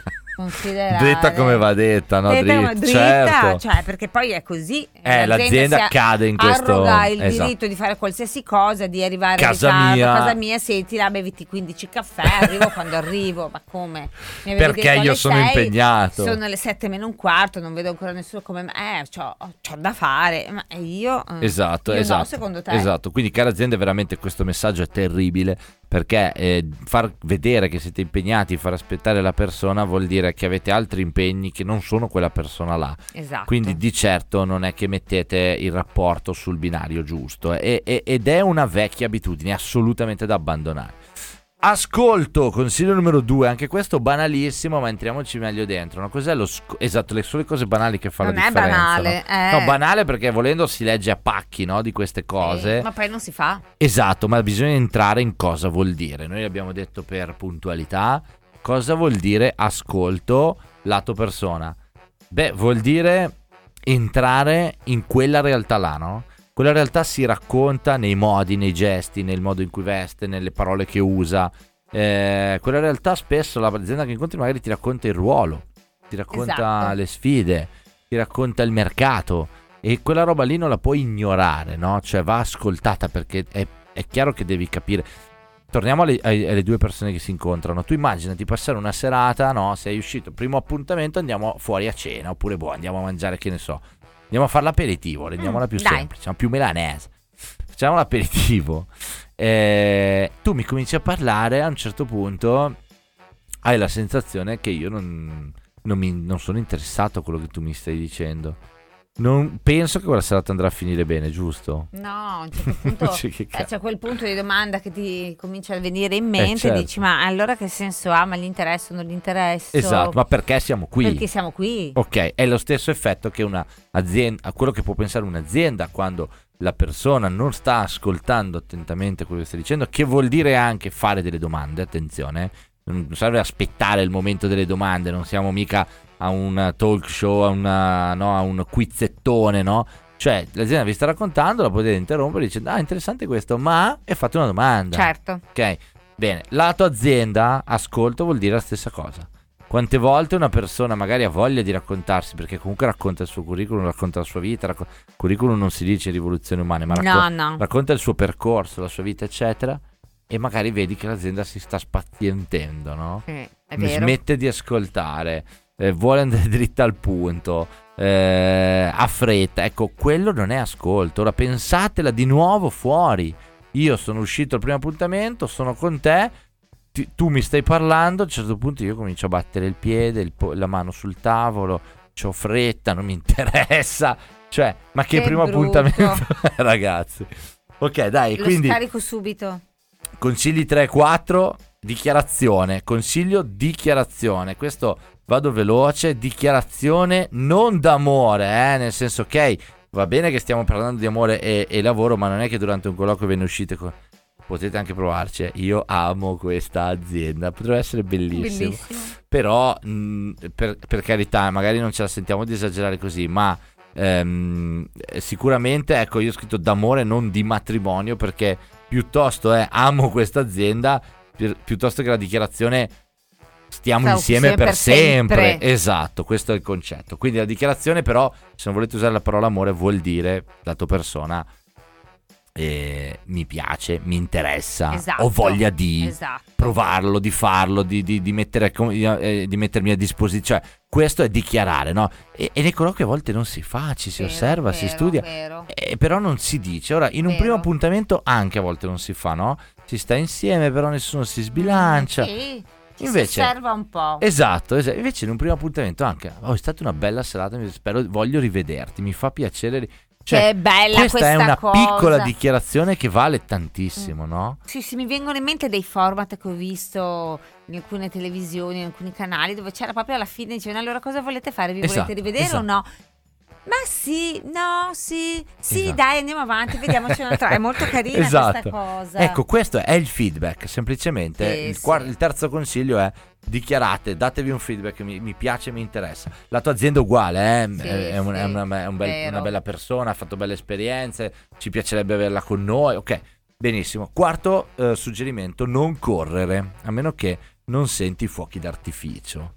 considerare. Detta come va detta, no? Detta come Dritta, dritta, certo. cioè, perché poi è così. Eh, l'azienda si cade in questo- arroga il esatto. diritto di fare qualsiasi cosa, di arrivare Casa in ritardo, mia. a casa mia, senti là, beviti quindici caffè, arrivo quando arrivo, ma come? Mi avevi Perché detto alle io sono sei, impegnato. Sono le sette meno un quarto, non vedo ancora nessuno come me, eh, c'ho, c'ho da fare, ma io... eh, Esatto, io no, esatto. secondo te? Esatto, quindi care aziende, veramente questo messaggio è terribile, perché eh, far vedere che siete impegnati, far aspettare la persona vuol dire che avete altri impegni che non sono quella persona là. Esatto. Quindi di certo non è che mettete il rapporto sul binario giusto, e- e- ed è una vecchia abitudine assolutamente da abbandonare. Ascolto, consiglio numero due, anche questo banalissimo, ma entriamoci meglio dentro, no? Cos'è lo sc- esatto, le sole cose banali che fanno Non la è differenza, banale, no? eh. No, banale perché volendo si legge a pacchi, no, di queste cose. Eh, ma poi non si fa. Esatto, ma bisogna entrare in cosa vuol dire. Noi abbiamo detto per puntualità, cosa vuol dire ascolto lato persona? Beh, vuol dire entrare in quella realtà là, no? Quella realtà si racconta nei modi, nei gesti, nel modo in cui veste, nelle parole che usa. Eh, quella realtà spesso l'azienda che incontri magari ti racconta il ruolo, ti racconta Esatto. le sfide, ti racconta il mercato, e quella roba lì non la puoi ignorare, no? Cioè va ascoltata, perché è, è chiaro che devi capire. Torniamo alle, ai- alle due persone che si incontrano. Tu immaginati passare una serata, no? Sei uscito, primo appuntamento, andiamo fuori a cena, oppure boh, andiamo a mangiare, che ne so, andiamo a fare l'aperitivo, rendiamola Mm, più dai. semplice, ma più milanese. Facciamo l'aperitivo. Eh, tu mi cominci a parlare, a un certo punto hai la sensazione che io non, non, mi, non sono interessato a quello che tu mi stai dicendo. Non penso che quella serata andrà a finire bene, giusto? No, a un certo punto Cioè, che eh, cazzo. c'è quel punto di domanda che ti comincia a venire in mente, Eh, certo. e dici ma allora che senso ha, ma gli interesso, non gli interesso? Esatto, ma perché siamo qui? Perché siamo qui? Ok, è lo stesso effetto che una azienda, quello che può pensare un'azienda quando la persona non sta ascoltando attentamente quello che stai dicendo, che vuol dire anche fare delle domande, attenzione, non serve aspettare il momento delle domande, non siamo mica a un talk show, a, una, no, a un quizzettone, no? Cioè l'azienda vi sta raccontando, la potete interrompere dicendo ah interessante questo, ma e fate una domanda. Certo. Ok, bene, lato azienda, ascolto vuol dire la stessa cosa. Quante volte una persona magari ha voglia di raccontarsi, perché comunque racconta il suo curriculum, racconta la sua vita, racco- curriculum non si dice rivoluzioni umane, ma racco- No, no. racconta il suo percorso, la sua vita, eccetera, e magari vedi che l'azienda si sta spazientendo, no? Sì, è vero. Smette di ascoltare, eh, vuole andare dritta al punto, eh, ha fretta. Ecco, quello non è ascolto. Ora pensatela di nuovo fuori. Io sono uscito al primo appuntamento, sono con te, ti- tu mi stai parlando, a un certo punto io comincio a battere il piede, il po- la mano sul tavolo, c'ho fretta, non mi interessa. Cioè, ma che, Che primo brutto. appuntamento, ragazzi. Ok, dai, Lo quindi scarico subito. consigli tre e quattro, dichiarazione, consiglio dichiarazione, questo vado veloce, dichiarazione non d'amore, eh? Nel senso, ok, va bene che stiamo parlando di amore e, e lavoro, ma non è che durante un colloquio ve ne uscite con... Potete anche provarci, eh. Io amo questa azienda, potrebbe essere bellissimo, Bellissimo. però mh, per, per carità, magari non ce la sentiamo di esagerare così, ma ehm, sicuramente, ecco, io ho scritto d'amore, non di matrimonio, perché piuttosto è amo questa azienda, pi- piuttosto che la dichiarazione stiamo Stavo insieme insieme per, per sempre. sempre. Esatto, questo è il concetto. Quindi la dichiarazione, però, se non volete usare la parola amore, vuol dire la tua persona eh, mi piace, mi interessa, Esatto. ho voglia di Esatto. provarlo, di farlo, di, di, di, mettere, eh, di mettermi a disposizione. Cioè, questo è dichiarare, no? E, e nei colloqui a volte non si fa, ci si Vero, osserva, si vero, studia, vero. eh, però non si dice. Ora, in un Vero. primo appuntamento anche a volte non si fa, no? Si sta insieme, però nessuno si sbilancia. Sì, ci Invece- si osserva un po'. Esatto, es- invece in un primo appuntamento anche, oh, è stata una bella serata, mi- spero, voglio rivederti, mi fa piacere. ri-" Cioè, Che bella questa, questa è una cosa. piccola dichiarazione che vale tantissimo, no? Sì, sì, mi vengono in mente dei format che ho visto in alcune televisioni, in alcuni canali, dove c'era proprio alla fine, dicevano allora cosa volete fare? Vi Esatto, volete rivedere esatto. o no? Ma sì, no, sì, sì, Esatto. dai, andiamo avanti, vediamoci un'altra. È molto carina Esatto. questa cosa. Ecco, questo è il feedback, semplicemente. Sì, il, sì. quar- il terzo consiglio è dichiarate, datevi un feedback, mi, mi piace, mi interessa. La tua azienda è uguale, eh? Sì, è, è un- sì, è una, è un bel- vero. una bella persona, ha fatto belle esperienze, ci piacerebbe averla con noi, ok, benissimo. Quarto eh, suggerimento, non correre, a meno che non senti fuochi d'artificio.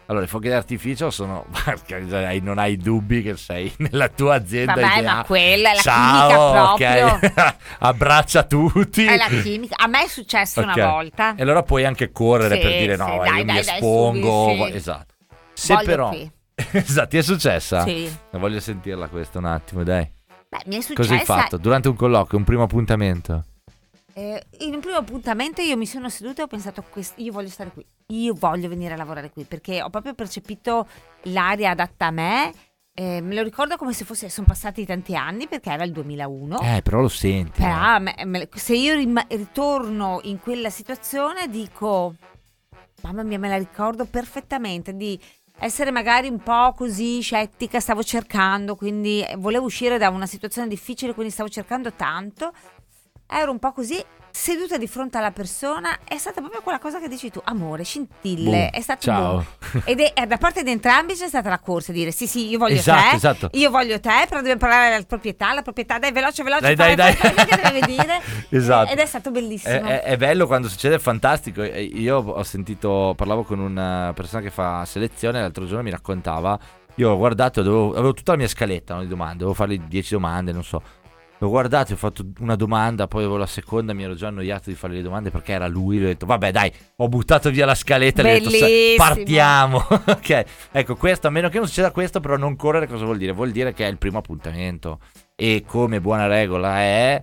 Allora, i fuochi d'artificio sono, non hai dubbi che sei nella tua azienda Vabbè, idea. ma quella è la Ciao, chimica proprio. ok. Abbraccia tutti. È la chimica. A me è successo Ok. una volta. E allora puoi anche correre Sì, per dire sì, no, dai, io dai, mi dai, espongo. su, sì. Esatto. Se Voglio però qui. esatto, ti è successa? Sì. Voglio sentirla questa un attimo, dai. Beh, mi è successa. Cosa hai fatto? Durante un colloquio, un primo appuntamento? Eh, in un primo appuntamento io mi sono seduta e ho pensato "Quest- io voglio stare qui, io voglio venire a lavorare qui perché ho proprio percepito l'aria adatta a me. Eh, me lo ricordo come se fosse, sono passati tanti anni perché era il duemilauno. Eh, però lo senti. Però eh. me- me- se io rima- ritorno in quella situazione dico mamma mia, me la ricordo perfettamente di essere magari un po' così scettica, stavo cercando, quindi volevo uscire da una situazione difficile, quindi stavo cercando tanto. Ero un po' così, seduta di fronte alla persona, è stata proprio quella cosa che dici tu, amore, scintille, Boom, è stato ciao. boom. Ed è, da parte di entrambi c'è stata la corsa, dire sì sì, io voglio Esatto, te, esatto. io voglio te, però dobbiamo parlare alla proprietà, la proprietà, dai veloce veloce, Dai, dai, fai, dai. fai, fai, che deve dire. Esatto. Ed è stato bellissimo. È, è- è bello quando succede, è fantastico. E Io ho sentito, parlavo con una persona che fa selezione l'altro giorno, mi raccontava. Io ho guardato, dovevo- avevo tutta la mia scaletta, no, di domande, dovevo fargli dieci domande, non so. L'ho guardato, ho fatto una domanda, poi avevo la seconda, mi ero già annoiato di fare le domande perché era lui. Gli ho detto, vabbè, dai, ho buttato via la scaletta e gli ho detto, "Sa- Bellissimo. partiamo." Ok, ecco, questo, a meno che non succeda questo, però non correre cosa vuol dire? Vuol dire che è il primo appuntamento. E come buona regola è,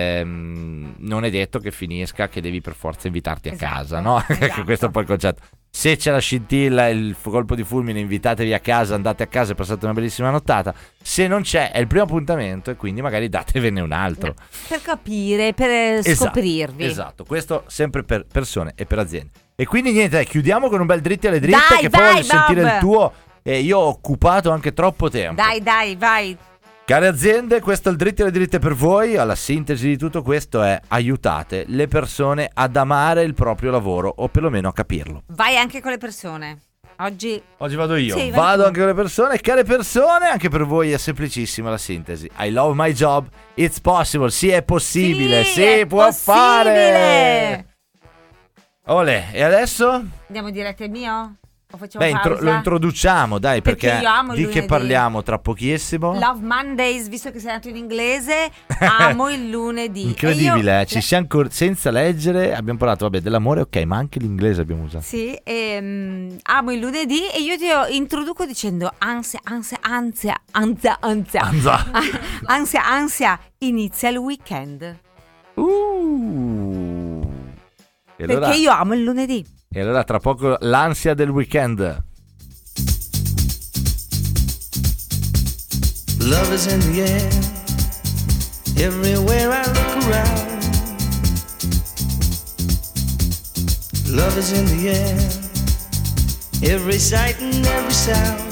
ehm, non è detto che finisca che devi per forza invitarti a Esatto, casa, no? esatto. Questo è un po' il concetto. Se c'è la scintilla, il f- colpo di fulmine, invitatevi a casa, andate a casa e passate una bellissima nottata. Se non c'è, è il primo appuntamento e quindi magari datevene un altro. Per capire, per eh, Esatto, scoprirvi. Esatto, questo sempre per persone e per aziende. E quindi niente, dai, chiudiamo con un bel dritti alle dritte, Dai, che poi vai, voglio sentire Bob. il tuo. E io ho occupato anche troppo tempo. Dai, dai, vai. Care aziende, questo è il dritti alle dritte per voi. Alla sintesi di tutto questo è: aiutate le persone ad amare il proprio lavoro, o perlomeno a capirlo. Vai anche con le persone. Oggi Oggi vado io, Sì, vai vado tu. anche con le persone. Care persone, anche per voi è semplicissima la sintesi. I love my job, it's possible. Sì, è possibile, Sì, si è può possibile. fare. Olè, e adesso? andiamo diretto al mio? O facciamo Beh, intro- pausa? lo introduciamo, dai, Perché perché, io amo il di che lunedì. parliamo tra pochissimo? Love Mondays, visto che sei andato in inglese, amo il lunedì. Incredibile, E io- eh, ci siamo cor- senza leggere, abbiamo parlato, vabbè, dell'amore, ok, ma anche l'inglese abbiamo usato. Sì, ehm, amo il lunedì e io ti introduco dicendo ansia, ansia, ansia, ansia, ansia. Anza. Ansia, ansia, inizia il weekend. Uh. E Perché allora, io amo il lunedì. e allora tra poco l'ansia del weekend. Love is in the air, everywhere I look around. Love is in the air, every sight and every sound.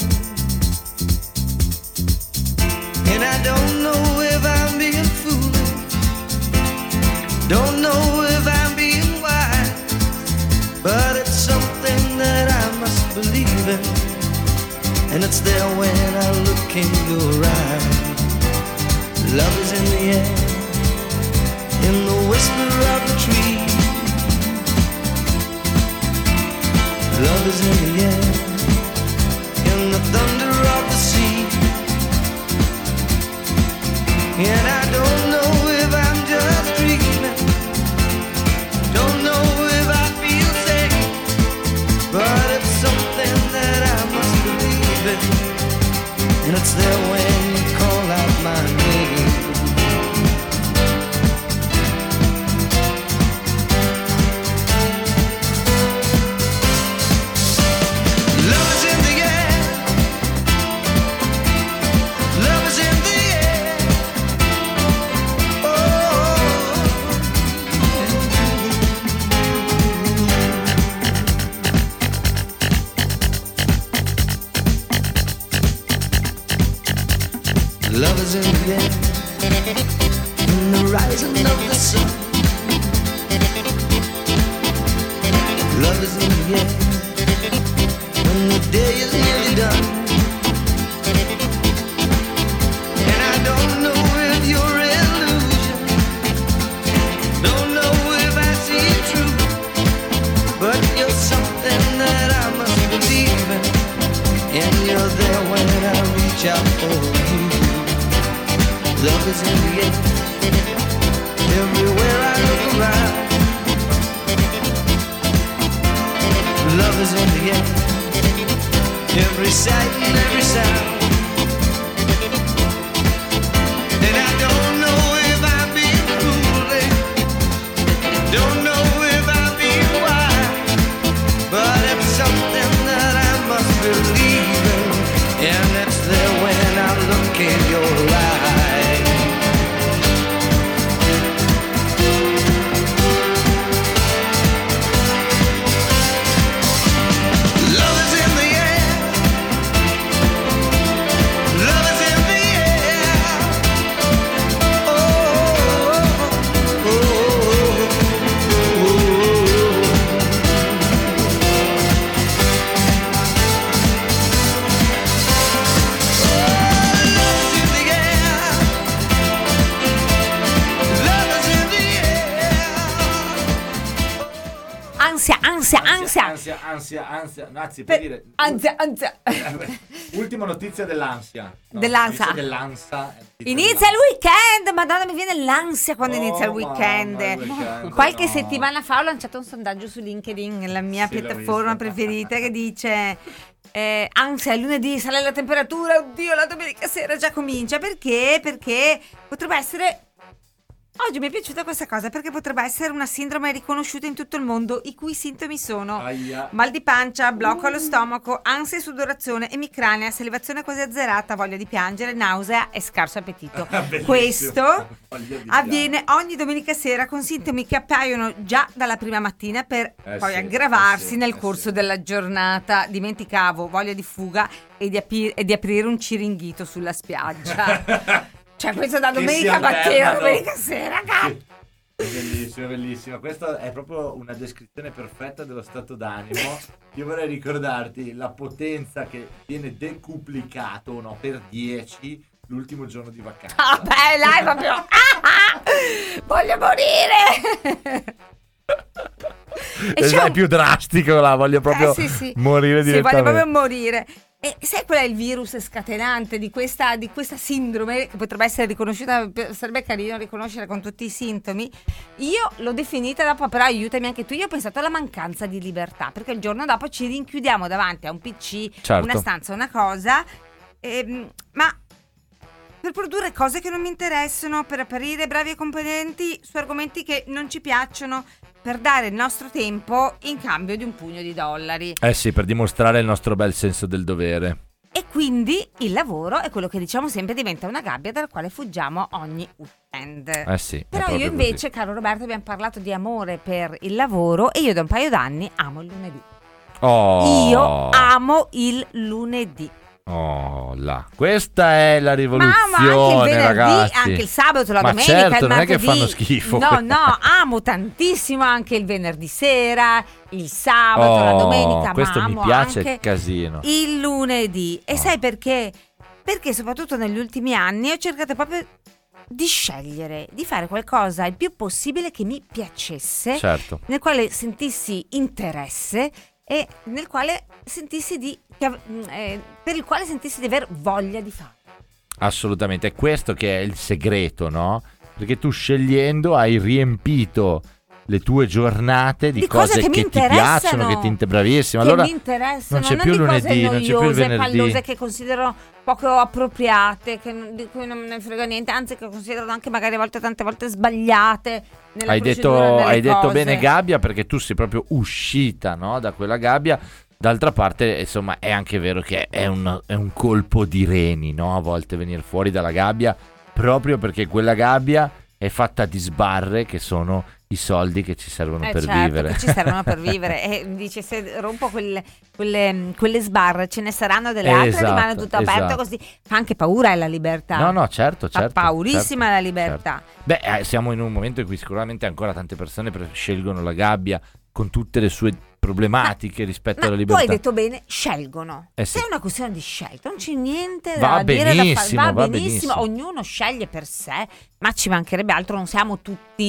And I don't know if I'm being foolish, don't know if I'm being wise, but it's something that I must believe in. And it's there when I look in your eyes. Love is in the air, in the whisper of the tree. Love is in the air, in the thunder of the sea. And I don't know if I'm just dreaming, don't know if I feel safe, but it's something that I must believe in. And it's there when you call out my name. Love is in the air, love is in the air. Love is in the air, in the rising of the sun. Love is in the air, when the day is nearly done. And I don't know if you're illusion, don't know if I see it true, but you're something that I must believe in. Love is in the air. Everywhere I look around, love is in the air. Every sight and every sound. And I don't know if I'm being foolish, don't know if I'm being wise, but it's something that I must believe in, and it's there when I look in your eyes. Ansia, ansia, ansia. Ansia, ansia, ansia. Anzi, per Pe- dire... ansia, ansia. Ultima notizia dell'ansia. No, Dell'ansia. notizia dell'ansia. Inizia il weekend, madonna, mi viene l'ansia quando Oh, inizia il weekend. mamma, il weekend, Qualche no. settimana fa ho lanciato un sondaggio su LinkedIn, la mia Sì, l'ho piattaforma visto. preferita, che dice eh, ansia, il lunedì sale la temperatura, oddio, la domenica sera già comincia. Perché? Perché potrebbe essere... Oggi mi è piaciuta questa cosa perché potrebbe essere una sindrome riconosciuta in tutto il mondo, i cui sintomi sono Aia. mal di pancia, blocco allo stomaco, ansia e sudorazione, emicrania, salivazione quasi azzerata, voglia di piangere, nausea e scarso appetito. Bellissimo. Questo Voglia di avviene ogni domenica sera con sintomi che appaiono già dalla prima mattina per Eh poi sì, aggravarsi eh sì, nel eh corso sì. della giornata. Dimenticavo, voglia di fuga e di, api- e di aprire un ciringhito sulla spiaggia. Cioè questo da Che domenica si mattina, alternano. domenica sera, cazzo. Sì. Bellissimo, bellissimo. Questa è proprio una descrizione perfetta dello stato d'animo. Io vorrei ricordarti la potenza che viene decuplicato, no, per dieci l'ultimo giorno di vacanza. Ah, bella, è proprio... Ah, ah, voglio morire! E c'è È un- più drastico, là, voglio proprio Eh, sì, sì. morire Sì, voglio direttamente. proprio morire. E sai qual è il virus scatenante di questa, di questa sindrome che potrebbe essere riconosciuta? Sarebbe carino riconoscere con tutti i sintomi. Io l'ho definita dopo, però aiutami anche tu. Io ho pensato alla mancanza di libertà, perché il giorno dopo ci rinchiudiamo davanti a un P C, Certo. una stanza, una cosa, ehm, ma per produrre cose che non mi interessano, per apparire bravi e competenti su argomenti che non ci piacciono, per dare il nostro tempo in cambio di un pugno di dollari. Eh sì, per dimostrare il nostro bel senso del dovere. E quindi il lavoro è quello che diciamo sempre, diventa una gabbia dalla quale fuggiamo ogni weekend. Eh sì. è Però io proprio invece, caro Roberto, abbiamo parlato di amore per il lavoro e io da un paio d'anni amo il lunedì. così. Oh. Io amo il lunedì. Oh, là. Questa è la rivoluzione, Ma, ma anche il venerdì, ragazzi. anche il sabato, la Ma domenica, certo, il non è che martedì. fanno schifo. No, no, amo tantissimo anche il venerdì sera, il sabato, la Oh, domenica, questo ma mi amo piace anche casino. il lunedì. E Oh. sai perché? Perché soprattutto negli ultimi anni ho cercato proprio di scegliere, di fare qualcosa il più possibile che mi piacesse, Certo. nel quale sentissi interesse e nel quale sentissi di che av- eh, per il quale sentissi di aver voglia di fare. Assolutamente, è questo che è il segreto, no? Perché tu scegliendo hai riempito le tue giornate di, Di cose che mi ti interessano. piacciono, che ti inter- bravissimo. Che Allora mi interessano, non c'è non più di lunedì, cose non c'è più il noiose, venerdì. pallose che considero poco appropriate, che non- di cui non me ne frega niente, anzi che considero anche magari a volte tante volte sbagliate nella hai procedura detto, delle hai detto cose. bene gabbia, perché tu sei proprio uscita, no, da quella gabbia. D'altra parte, insomma, è anche vero che è un, è un colpo di reni, no? A volte venire fuori dalla gabbia, proprio perché quella gabbia è fatta di sbarre che sono i soldi che ci servono Eh, per certo, vivere. che ci servono per vivere. E dice, se rompo quelle, quelle, quelle sbarre, ce ne saranno delle altre, Esatto, rimane tutto aperto esatto. così. Fa anche paura è la libertà. No, no, certo, Fa certo. paurissima certo, la libertà. certo. Beh, eh, siamo in un momento in cui sicuramente ancora tante persone pre- scelgono la gabbia con tutte le sue problematiche rispetto Ma alla tu libertà. hai detto bene, scelgono. Eh sì. Se è una questione di scelta, non c'è niente Va da dire, da fare. benissimo, Va va benissimo, benissimo. ognuno sceglie per sé, ma ci mancherebbe altro, non siamo tutti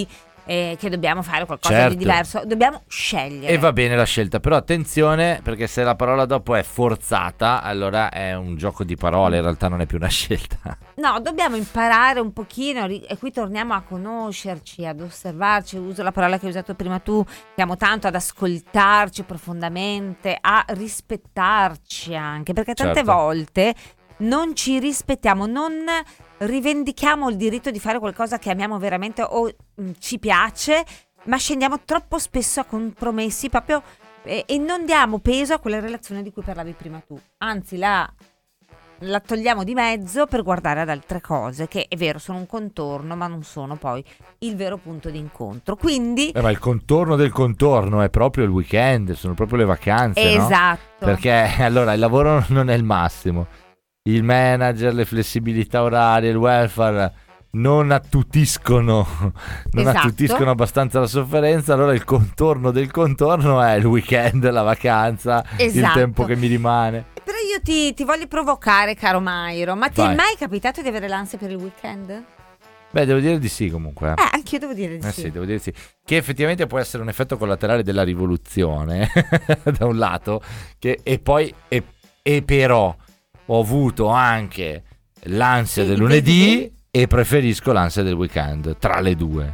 eh, che dobbiamo fare qualcosa Certo. di diverso, dobbiamo scegliere. E va bene la scelta, però attenzione, perché se la parola dopo è forzata, allora è un gioco di parole, in realtà non è più una scelta. No, dobbiamo imparare un pochino, ri- e qui torniamo a conoscerci, ad osservarci, uso la parola che hai usato prima tu, siamo tanto ad ascoltarci profondamente, a rispettarci anche, perché tante Certo. volte non ci rispettiamo, non rivendichiamo il diritto di fare qualcosa che amiamo veramente o mh, ci piace, ma scendiamo troppo spesso a compromessi proprio e, e non diamo peso a quella relazione di cui parlavi prima tu, anzi la la togliamo di mezzo per guardare ad altre cose che è vero sono un contorno ma non sono poi il vero punto di incontro, quindi Eh, ma il contorno del contorno è proprio il weekend, sono proprio le vacanze, no? esatto, Perché allora il lavoro non è il massimo, il manager, le flessibilità orarie, il welfare non attutiscono non Esatto. attutiscono abbastanza la sofferenza, allora il contorno del contorno è il weekend, la vacanza, il Esatto. tempo che mi rimane. però io ti, ti voglio provocare, caro Mairo, ma ti è Vai. mai capitato di avere l'ansia per il weekend? Beh, devo dire di sì comunque. Eh, anch'io devo dire di Eh sì. sì, devo dire sì. Che effettivamente può essere un effetto collaterale della rivoluzione, da un lato, che, e poi, e, e però, ho avuto anche l'ansia Sì, del lunedì e preferisco l'ansia del weekend, tra le due.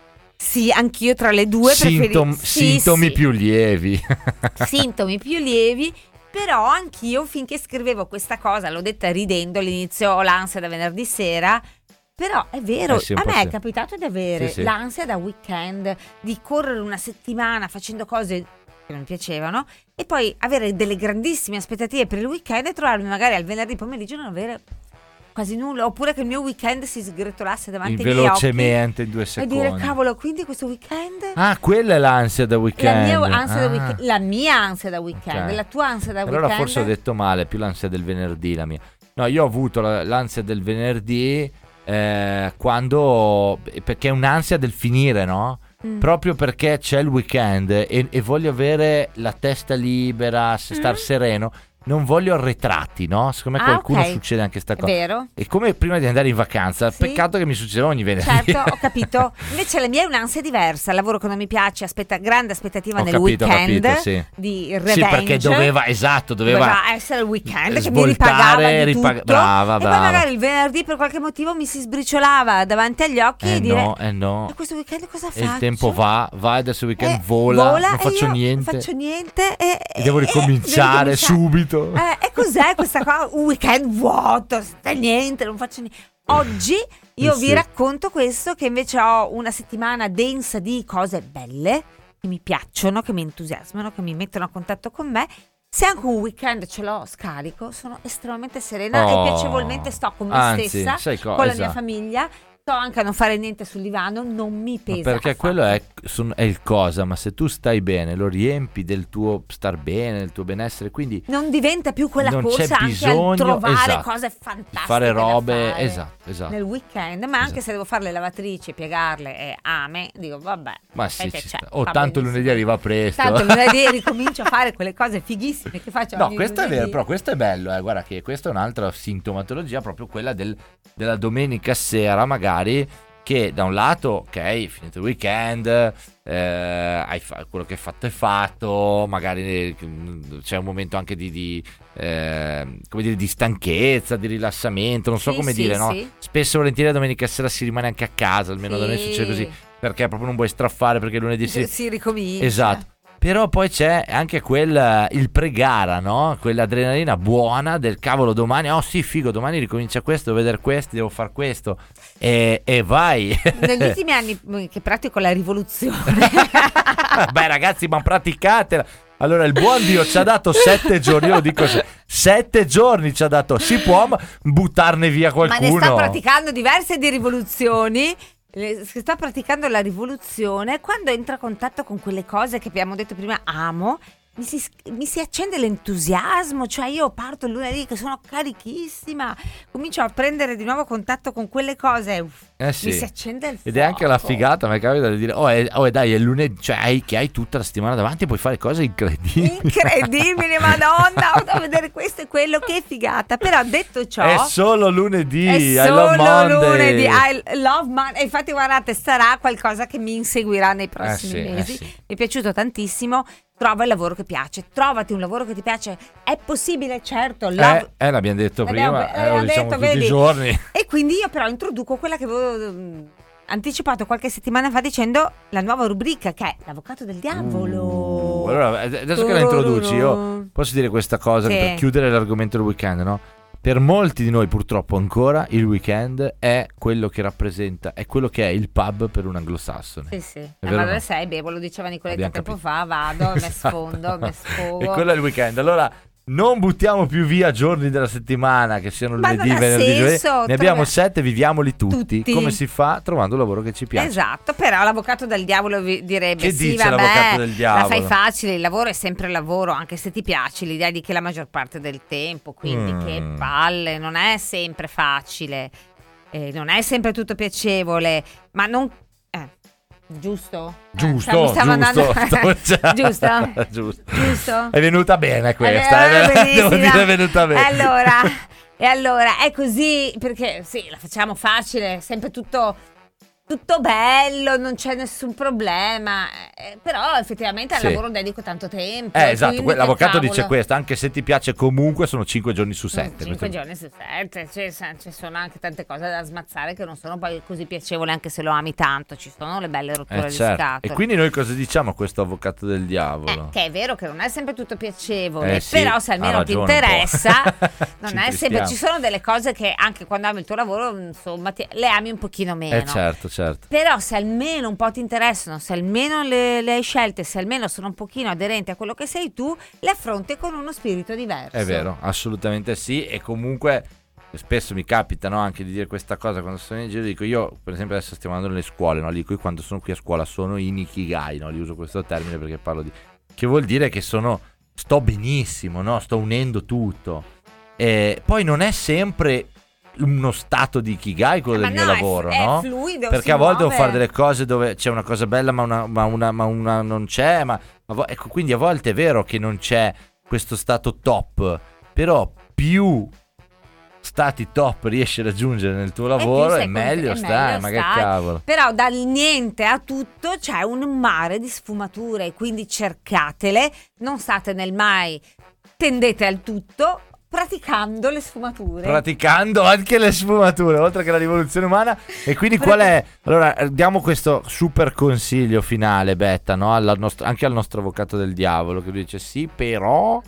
Sì, anch'io tra le due Sintom- preferi- sì, sintomi sì. più lievi. Sintomi più lievi, però anch'io finché scrivevo questa cosa, l'ho detta ridendo, all'inizio ho l'ansia da venerdì sera, però è vero, Eh sì, un a po' me è sì. capitato di avere Sì, sì. l'ansia da weekend, di correre una settimana facendo cose che non mi piacevano e poi avere delle grandissime aspettative per il weekend e trovarmi magari al venerdì pomeriggio non avere quasi nulla, oppure che il mio weekend si sgretolasse davanti ai miei occhi Velocemente in due e secondi. dire cavolo, quindi questo weekend... Ah, quella è l'ansia da La weekend. mia, ansia da Ah. weekend, la mia ansia da weekend, Ok. la tua ansia da Allora weekend. forse ho detto male, più l'ansia del venerdì la mia. No, io ho avuto la- l'ansia del venerdì eh, quando... perché è un'ansia del finire, no? Mm. Proprio perché c'è il weekend e, e voglio avere la testa libera, se star Mm. sereno. Non voglio arretrati, no? Secondo me Ah, qualcuno ok. succede anche sta È cosa. vero? E come prima di andare in vacanza, Sì. peccato che mi succedeva ogni venerdì. Certo, ho capito. Invece la mia è un'ansia diversa. Il lavoro che non mi piace, aspetta, grande aspettativa Ho nel capito, ho weekend capito, sì. di revenge. Sì, perché doveva, esatto, doveva, Doveva essere il weekend che mi svoltare, ripagava di ripag- tutto. brava, e poi brava. magari il venerdì per qualche motivo mi si sbriciolava davanti agli occhi Eh e dire no, eh no. "E questo weekend cosa E faccio?" il tempo va, va e adesso il weekend Eh, vola, non e faccio io niente. Non faccio niente e, E devo e- ricominciare devo ricominciare. subito. Eh, e cos'è questa qua? Un weekend vuoto, senza niente, non faccio niente. Oggi io Eh vi sì. racconto questo, che invece ho una settimana densa di cose belle, che mi piacciono, che mi entusiasmano, che mi mettono a contatto con me. Se anche un weekend ce l'ho scarico, sono estremamente serena Oh, e piacevolmente sto con me anzi, stessa, sai co- con la mia esatto. famiglia. Sto anche a non fare niente sul divano, non mi Ma pesa. perché affatto. quello è, son- è il cosa, ma se tu stai bene, lo riempi del tuo star bene, del tuo benessere, quindi Non diventa più quella non c'è corsa anche bisogno, al trovare esatto, cose di fantastiche fare da robe, fare esatto, esatto. nel weekend, ma anche Esatto. se devo fare le lavatrici, piegarle e ame, dico vabbè. Ma sai sì, che ci c'è, sta. O va tanto benissimo. lunedì arriva presto. Tanto lunedì ricomincio a fare quelle cose fighissime che faccio No, ogni questo è lunedì. vero, però questo è bello, eh. Guarda che questa è un'altra sintomatologia, proprio quella del- della domenica sera magari, che da un lato, ok, finito il weekend, eh, hai fa- quello che è fatto è fatto, magari eh, c'è un momento anche di, di, eh, come dire, di stanchezza, di rilassamento, non so Sì, come sì, dire, no? sì. Spesso e volentieri la domenica sera si rimane anche a casa, almeno da noi Sì. succede così, perché proprio non vuoi straffare, perché lunedì si... si ricomincia. Esatto. Però poi c'è anche quel il pre-gara, no? Quell'adrenalina buona del cavolo domani. Oh sì, figo, domani ricomincia questo, devo vedere questo, devo fare questo. E, e vai. Negli ultimi anni mm, che pratico la rivoluzione. Beh ragazzi, ma praticatela. Allora il buon Dio ci ha dato sette giorni, io lo dico se- sette giorni ci ha dato. Si può ma- buttarne via Ma ne qualcuno. sta praticando diverse di rivoluzioni. Le- Si sta praticando la rivoluzione quando entra a contatto con quelle cose che abbiamo detto prima amo mi si, mi si accende l'entusiasmo, cioè io parto il lunedì che sono carichissima, comincio a prendere di nuovo contatto con quelle cose, uff, Eh sì. mi si accende il fuoco. Ed è anche la figata, mi capita di dire, oh, è, oh dai, è lunedì, cioè hai, che hai tutta la settimana davanti e puoi fare cose incredibili. Incredibile, madonna, vado a vedere questo e quello, che figata. Però detto ciò, È solo lunedì, è I solo love Monday. lunedì, I love Monday. E infatti guardate, sarà qualcosa che mi inseguirà nei prossimi Eh sì, eh mesi. sì. Mi è piaciuto tantissimo. Trova il lavoro che piace, trovati un lavoro che ti piace. È possibile, certo. Love... Eh, eh, l'abbiamo detto L'abbiamo- prima, eh, l'abbiamo lo diciamo detto, tutti vedi? i giorni. E quindi io però introduco quella che avevo mm, anticipato qualche settimana fa dicendo la nuova rubrica che è l'avvocato del diavolo. Uh, allora, adesso che la introduci, io posso dire questa cosa Sì. per chiudere l'argomento del weekend, no? Per molti di noi purtroppo ancora il weekend è quello che rappresenta, è quello che è il pub per un anglosassone. Sì, sì. Eh, vero ma o dove no? sei? Bevo, lo diceva Nicoletta Abbiamo tempo capito. fa, vado, mi Esatto. sfondo, mi sfogo. E quello è il weekend. Allora non buttiamo più via giorni della settimana che siano Ma lunedì, non ha venerdì, giovedì. senso, Ne abbiamo trova- sette, viviamoli tutti. Tutti. Come si fa? Trovando un lavoro che ci piace. Esatto, però l'avvocato del diavolo vi direbbe Che sì, dice vabbè, l'avvocato del diavolo? la fai facile, il lavoro è sempre lavoro, anche se ti piace, l'idea di che la maggior parte del tempo, quindi Mm. che palle, non è sempre facile, eh, non è sempre tutto piacevole, ma non... Eh, giusto? Eh, Giusto, stiamo- stiamo giusto, andando- stavo- giusto? giusto. Giusto? È venuta bene questa, Eh, eh, bellissima. devo dire è venuta bene. E allora, e allora è così perché sì, la facciamo facile, è sempre tutto, tutto bello, non c'è nessun problema, eh, però effettivamente al Sì. lavoro dedico tanto tempo. Eh, esatto, quindi que- che l'avvocato cavolo. dice questo, anche se ti piace comunque sono cinque giorni su sette. Cinque Questo- giorni su sette, ci, ci sono anche tante cose da smazzare che non sono poi così piacevoli anche se lo ami tanto, ci sono le belle rotture Eh, di certo. scatole. E quindi noi cosa diciamo a questo avvocato del Eh, diavolo? che è vero che non è sempre tutto piacevole, Eh sì, però se ha almeno ti ragione un po'. interessa, non Ci è sempre, intristiamo. ci sono delle cose che anche quando ami il tuo lavoro, insomma, ti- le ami un pochino meno. Eh certo, certo. Però se almeno un po' ti interessano, se almeno le, le hai scelte, se almeno sono un pochino aderenti a quello che sei tu, le affronti con uno spirito diverso. È vero, assolutamente sì. E comunque spesso mi capita, no, anche di dire questa cosa quando sono in giro. Dico io, per esempio adesso stiamo andando nelle scuole, no? Dico io quando sono qui a scuola sono in ikigai, no? Li uso questo termine perché parlo di... Che vuol dire che sono... Sto benissimo, no? Sto unendo tutto. E poi non è sempre uno stato di ikigai quello Ma del mio no, è- lavoro, è no? fluido, Perché si a volte devo muove. fare delle cose dove c'è una cosa bella ma una, ma una, ma una non c'è, ma a vo- ecco, quindi a volte è vero che non c'è questo stato top, però più stati top riesci a raggiungere nel tuo E più lavoro sei è meglio cont- è stai, meglio ma che stai. cavolo. Però dal niente a tutto c'è un mare di sfumature, quindi cercatele, non state nel mai, tendete al tutto praticando le sfumature. Praticando anche le sfumature, oltre che la rivoluzione umana. E quindi qual è? Allora, eh, diamo questo super consiglio finale, Betta, no? Al nostro- anche al nostro avvocato del diavolo, che lui dice sì, però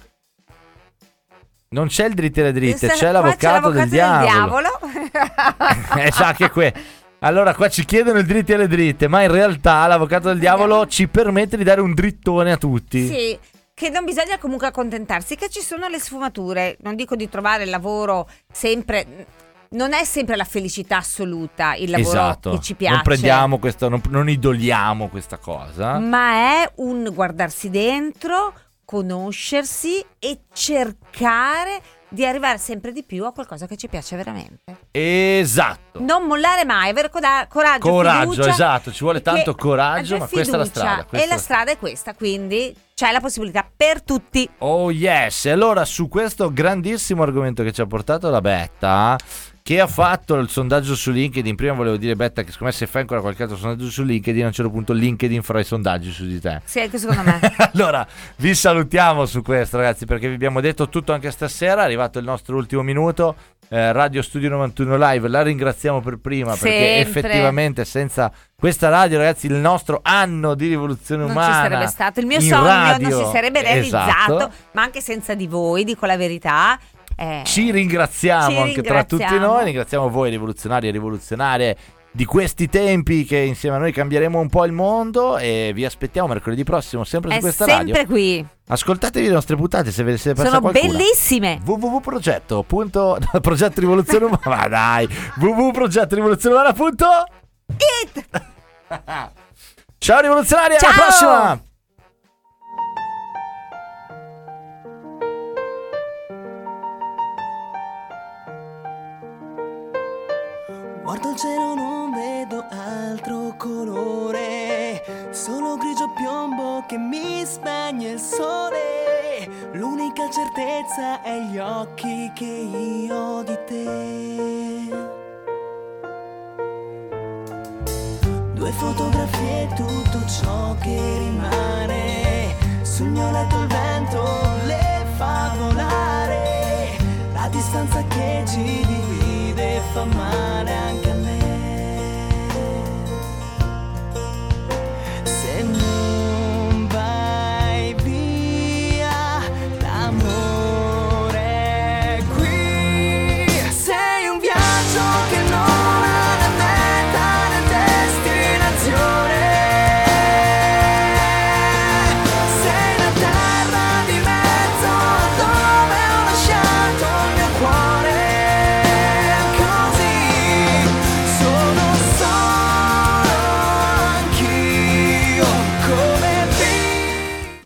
non c'è il dritte e le dritte, Se- c'è qua l'avvocato, del diavolo. diavolo. Eh, sa che que- Allora qua ci chiedono il dritti e le dritte, ma in realtà l'avvocato del diavolo ci permette di dare un drittone a tutti. Sì, che non bisogna comunque accontentarsi, che ci sono le sfumature. Non dico di trovare il lavoro sempre, non è sempre la felicità assoluta il lavoro Esatto. che ci piace. Non prendiamo questo, non, non idoliamo questa cosa. Ma è un guardarsi dentro, conoscersi e cercare di arrivare sempre di più a qualcosa che ci piace veramente. Esatto. Non mollare mai, avere coda- coraggio, Coraggio, fiducia, esatto, ci vuole tanto che- coraggio, avere ma questa è la fiducia. strada. questa E la è la- strada è questa, quindi c'è la possibilità per tutti. Oh yes, e allora su questo grandissimo argomento che ci ha portato la Betta, che ha fatto il sondaggio su LinkedIn. Prima volevo dire, Betta, che secondo me se fai ancora qualche altro sondaggio su LinkedIn, a un certo punto LinkedIn farà i sondaggi su di te. Sì, anche secondo me. Allora, vi salutiamo su questo, ragazzi, perché vi abbiamo detto tutto anche stasera. È arrivato il nostro ultimo minuto. Eh, Radio Studio novantuno Live, la ringraziamo per prima, perché Sempre. effettivamente senza questa radio, ragazzi, il nostro anno di rivoluzione Non umana ci sarebbe stato il mio in sogno, radio, non si sarebbe realizzato, esatto. ma anche senza di voi, dico la verità. eh, Ci ringraziamo Ci anche tra tutti ringraziamo. noi, ringraziamo voi rivoluzionari e rivoluzionarie di questi tempi, che insieme a noi cambieremo un po' il mondo, e vi aspettiamo mercoledì prossimo sempre su è questa sempre radio. qui. Ascoltatevi le nostre puntate se ve ne siete persa Sono qualcuna. bellissime. www.progetto. punto- Progetto Rivoluzione Umana. Ma dai, www.progetto rivoluzione umana punto It. Ciao rivoluzionari, alla Ciao. prossima. Guardo il cielo, non vedo altro colore, solo grigio piombo che mi spegne il sole. L'unica certezza è gli occhi che io ho di te. Due fotografie, tutto ciò che rimane. Sul mio letto il vento le fa volare. La distanza che ci divide fa male anche